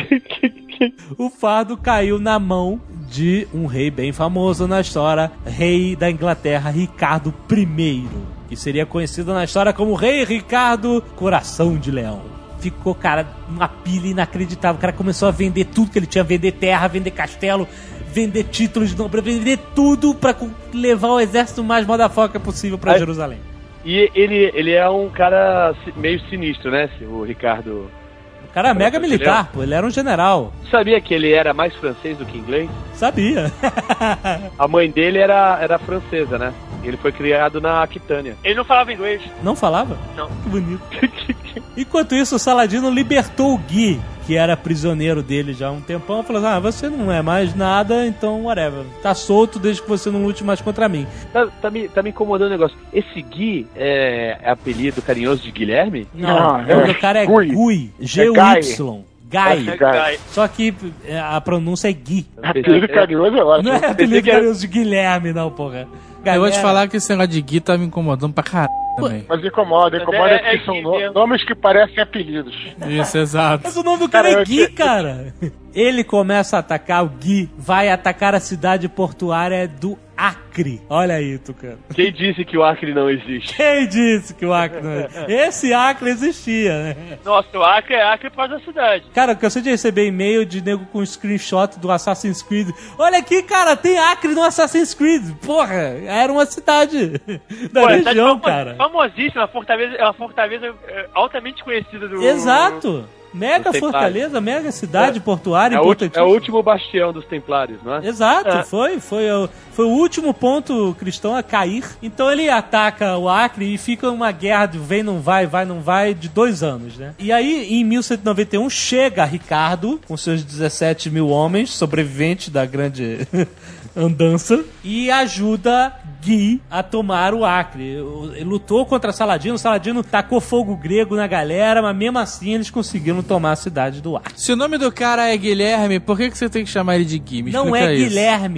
O fardo caiu na mão de um rei bem famoso na história, rei da Inglaterra, Ricardo I, que seria conhecido na história como Rei Ricardo Coração de Leão. Ficou, cara, uma pilha inacreditável. O cara começou a vender tudo que ele tinha, vender terra, vender castelo, vender títulos de nobre, vender tudo pra levar o exército mais motherfucker possível pra Aí, Jerusalém. E ele, ele é um cara meio sinistro, né, o Ricardo? O cara é mega militar, pô, ele era um general. Sabia que ele era mais francês do que inglês? Sabia. A mãe dele era, era francesa, né? Ele foi criado na Aquitânia. Ele não falava inglês. Não falava? Não. Que bonito. Enquanto isso, o Saladino libertou o Guy, que era prisioneiro dele já há um tempão, falou assim, ah, você não é mais nada, então whatever. Tá solto desde que você não lute mais contra mim. Tá, tá, me, tá me incomodando o negócio. Esse Guy é, é apelido carinhoso de Guilherme? Não, Não, o nome é do cara é Gui. Gui. G U Y. Guy. É, Guy. Só que a pronúncia é Gui. Apelido carinhoso é ótimo. Não é apelido que era- carinhoso de Guilherme, não, porra. Eu vou te Galera- falar que esse negócio de Gui tá me incomodando pra caralho também. Mas incomoda, incomoda É- é que são Gui no- mesmo. nomes que parecem apelidos. Isso, exato. Mas o nome do cara, Cara, é eu Gui, te- cara. Ele começa a atacar, o Gui vai atacar a cidade portuária do Acre. Olha aí, Tucano. Quem disse que o Acre não existe? Quem disse que o Acre não existia? Esse Acre existia, né? Nossa, o Acre é Acre por causa da cidade. Cara, eu cansei de receber e-mail de nego com screenshot do Assassin's Creed. Olha aqui, cara, tem Acre no Assassin's Creed. Porra, era uma cidade da Pô, é região, famo- cara. famosíssima, a fortaleza, é uma fortaleza é, altamente conhecida do... Exato. Mega Dos fortaleza, mega cidade portuária É o, ulti- é importantíssima. o último bastião dos Templários, não é? Exato, É. foi, foi, o, foi o último ponto cristão a cair. Então ele ataca o Acre e fica uma guerra de vem, não vai, vai, não vai, de dois anos, né? E aí, em mil cento e noventa e um, chega Ricardo, com seus dezessete mil homens, sobreviventes da grande andança, e ajuda Gui a tomar o Acre. Ele lutou contra Saladino, Saladino tacou fogo grego na galera, mas mesmo assim eles conseguiram tomar a cidade do Acre. Se o nome do cara é Guilherme, por que, que você tem que chamar ele de Gui? Me Não explica é isso. Guilherme.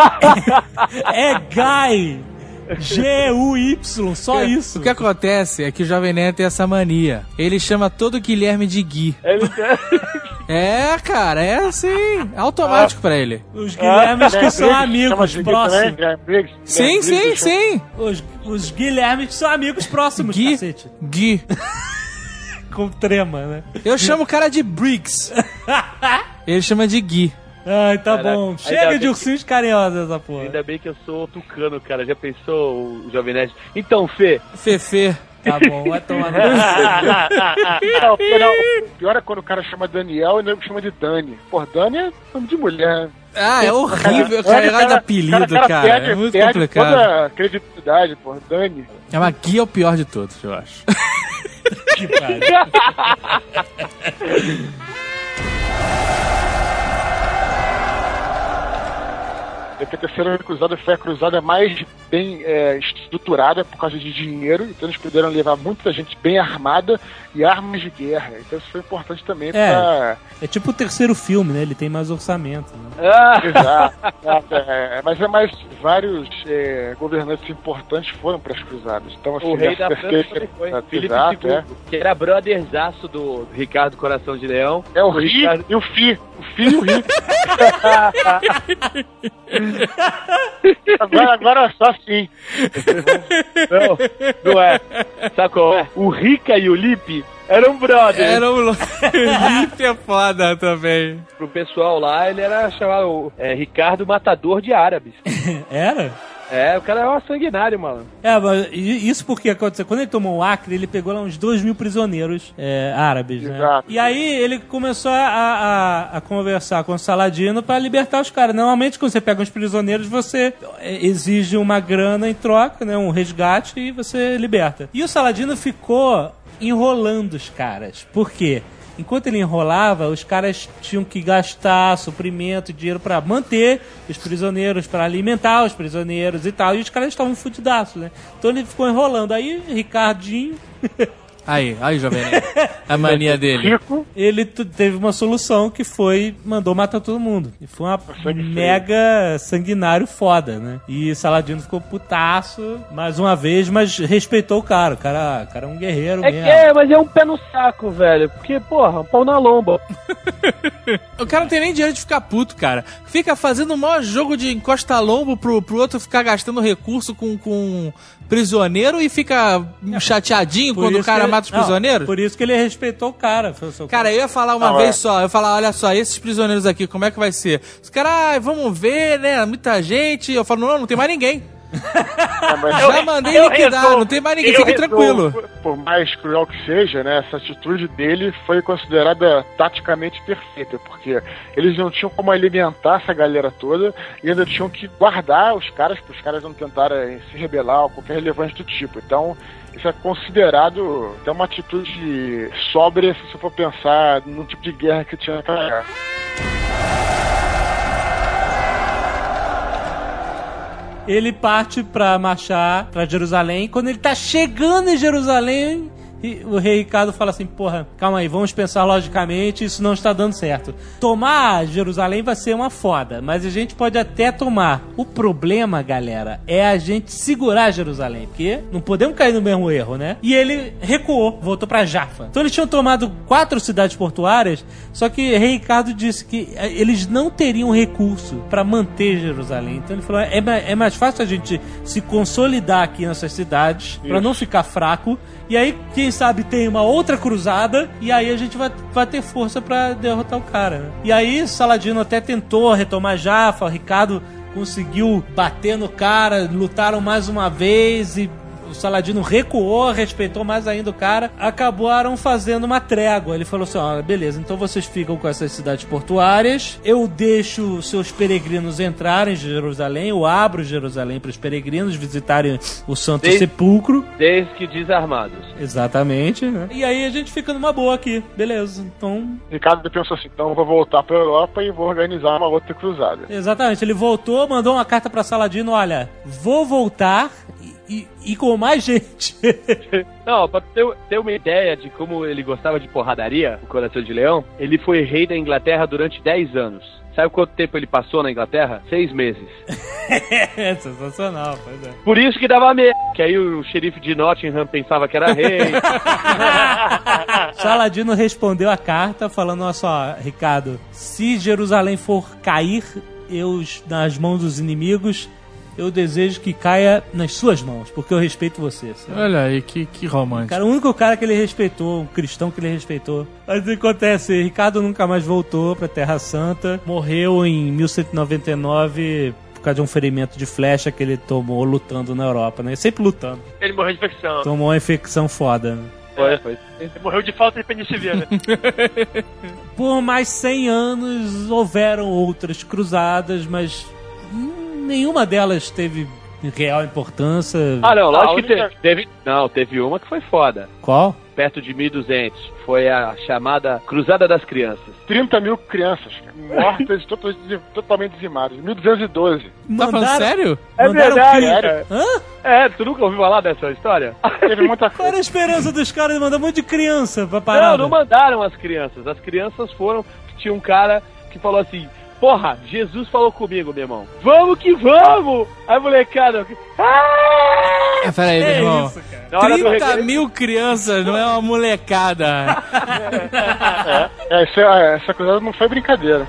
É Guy. G U Y, só isso. O que acontece é que o Jovem Nerd tem essa mania. Ele chama todo Guilherme de Gui. Ele É, cara, é assim, é automático pra ele. Os Guilhermes que são Chama amigos de Gui próximos. também, Graham Briggs. Sim, Graham sim, Briggs, sim. Os, os Guilhermes que são amigos próximos, Gui, cacete. Gui. Com trema, né? Eu chamo o cara de Briggs. Ele chama de Gui. Ai, tá Caraca, bom. ainda Chega bem de ursinhos carinhosos essa porra. Ainda bem que eu sou tucano, cara. Já pensou o Jovem Nerd? Então, Fê, Fefe. Tá bom, vai tomar no cu. Não, não, o pior é quando o cara chama Daniel e não chama de Dani. Pô, Dani é nome de mulher. Ah, é horrível, Dani, carregar de apelido, cara. perde- É muito perde complicado. toda a credibilidade, pô. Dani. É uma Gui é o pior de todos, eu acho. Que pariu. que a terceira cruzada foi a cruzada mais bem é, estruturada por causa de dinheiro, então eles puderam levar muita gente bem armada e armas de guerra. Então isso foi importante também É, pra... é tipo o terceiro filme, né? Ele tem mais orçamento. Né? Ah, Exato, exato, é, mas é mais vários é, governantes importantes foram para as cruzadas. Então, assim, o rei da essa França terceira- também foi. exato, Felipe exato, segundo, é. que era brotherzaço do Ricardo Coração de Leão. É o Ri Ricardo- e o Fi. O Fi e o Ri. agora, agora é só sim. Não, não é. Sabe qual é? O Rica e o Lipe eram brothers. Era um... Lipe é foda também. Pro pessoal lá, ele era chamado é, Ricardo Matador de Árabes. Era? É, o cara é um sanguinário, mano. É, mas i- isso porque aconteceu. Quando ele tomou o Acre, ele pegou lá uns dois mil prisioneiros é, árabes, né? Exato. E aí ele começou a, a, a conversar com o Saladino pra libertar os caras. Normalmente, quando você pega uns prisioneiros, você é, exige uma grana em troca, né? Um resgate e você liberta. E o Saladino ficou enrolando os caras. Por quê? Enquanto ele enrolava, os caras tinham que gastar suprimento, dinheiro pra manter os prisioneiros, pra alimentar os prisioneiros e tal. E os caras estavam fudidaços, né? Então ele ficou enrolando. Aí, Ricardinho, Aí, aí, Jovem Nerd. A mania dele. Rico. ele t- teve uma solução que foi, mandou matar todo mundo. E foi uma sangue mega sanguinário foda, né? E Saladino ficou putaço, mais uma vez, mas respeitou o cara. O cara, o cara é um guerreiro É mesmo. que é, mas é um pé no saco, velho. Porque, porra, um pau na lomba. O cara não tem nem dinheiro de ficar puto, cara. Fica fazendo o maior jogo de encosta-lombo pro, pro outro ficar gastando recurso com, com prisioneiro e fica chateadinho Por quando o isso cara que ele- mata os não, prisioneiros. Por isso que ele respeitou o cara. Foi o seu Cara, eu ia falar uma Não, vez é. só, eu ia falar, olha só, esses prisioneiros aqui, como é que vai ser? Os caras, ah, vamos ver, né, muita gente. Eu falo, não, não tem mais ninguém. É, mas Já mandei eu liquidar, resolvo. não tem mais ninguém, Eu fique resolvo. tranquilo. por mais cruel que seja, né, essa atitude dele foi considerada taticamente perfeita, porque eles não tinham como alimentar essa galera toda e ainda tinham que guardar os caras, para os caras não tentarem se rebelar ou qualquer relevante do tipo. Então, isso é considerado até uma atitude sóbria se você for pensar no tipo de guerra que tinha naquela época. Ele parte pra marchar pra Jerusalém. Quando ele tá chegando em Jerusalém, e o rei Ricardo fala assim, porra, calma aí, vamos pensar logicamente, isso não está dando certo. Tomar Jerusalém vai ser uma foda, mas a gente pode até tomar. O problema, galera, é a gente segurar Jerusalém, porque não podemos cair no mesmo erro, né? E ele recuou, voltou pra Jaffa. Então eles tinham tomado quatro cidades portuárias, só que o rei Ricardo disse que eles não teriam recurso pra manter Jerusalém. Então ele falou, é, ma- é mais fácil a gente se consolidar aqui nessas cidades, pra não ficar fraco. E aí, quem sabe, tem uma outra cruzada, e aí a gente vai, vai ter força pra derrotar o cara, né? E aí, Saladino até tentou retomar Jaffa, o Ricardo conseguiu bater no cara, lutaram mais uma vez, e o Saladino recuou, respeitou mais ainda o cara, acabaram fazendo uma trégua. Ele falou assim, ó, beleza, então vocês ficam com essas cidades portuárias, eu deixo seus peregrinos entrarem em Jerusalém, eu abro Jerusalém para os peregrinos visitarem o Santo Desde- Sepulcro. Desde que desarmados. Exatamente, né? E aí a gente fica numa boa aqui, beleza. Então, Ricardo pensou assim, então eu vou voltar pra Europa e vou organizar uma outra cruzada. exatamente, ele voltou, mandou uma carta pra Saladino, olha, vou voltar e, e, e com mais gente. Não, pra ter, ter uma ideia de como ele gostava de porradaria, o Coração de Leão, ele foi rei da Inglaterra durante dez anos. Sabe quanto tempo ele passou na Inglaterra? Seis meses. É sensacional, pois é. Por isso que dava medo, que aí o xerife de Nottingham pensava que era rei. Saladino respondeu a carta falando, olha só, Ricardo, se Jerusalém for cair eu, nas mãos dos inimigos, eu desejo que caia nas suas mãos, porque eu respeito você. Sabe? Olha aí, que, que romântico. Cara, o único cara que ele respeitou, um cristão que ele respeitou. Mas o que acontece? Ricardo nunca mais voltou pra Terra Santa. Morreu em mil cento e noventa e nove por causa de um ferimento de flecha que ele tomou lutando na Europa, né? Sempre lutando. Ele morreu de infecção. Tomou uma infecção foda, né? Foi, foi. Ele morreu de falta de penicilina. Por mais cem anos houveram outras cruzadas, mas hum, nenhuma delas teve real importância. Ah, não, lógico A que única- teve, teve. Não, teve uma que foi foda. Qual? perto de mil e duzentos. Foi a chamada Cruzada das Crianças. trinta mil crianças, cara, mortas, totalmente, totalmente dizimadas. mil duzentos e doze. Tá falando sério? É Mandaram verdade, cri- cara. Hã? É, tu nunca ouviu falar dessa história? Teve muita Qual era a coisa. esperança dos caras de mandar um monte de criança pra parada? Não, não mandaram as crianças. As crianças foram... Tinha um cara que falou assim... Porra, Jesus falou comigo, meu irmão. Vamos que vamos! Aí, molecada... Ah! É, peraí, meu É irmão. isso, cara. Na hora do trinta recreio- mil crianças, não é uma molecada. É, essa, essa coisa não foi brincadeira.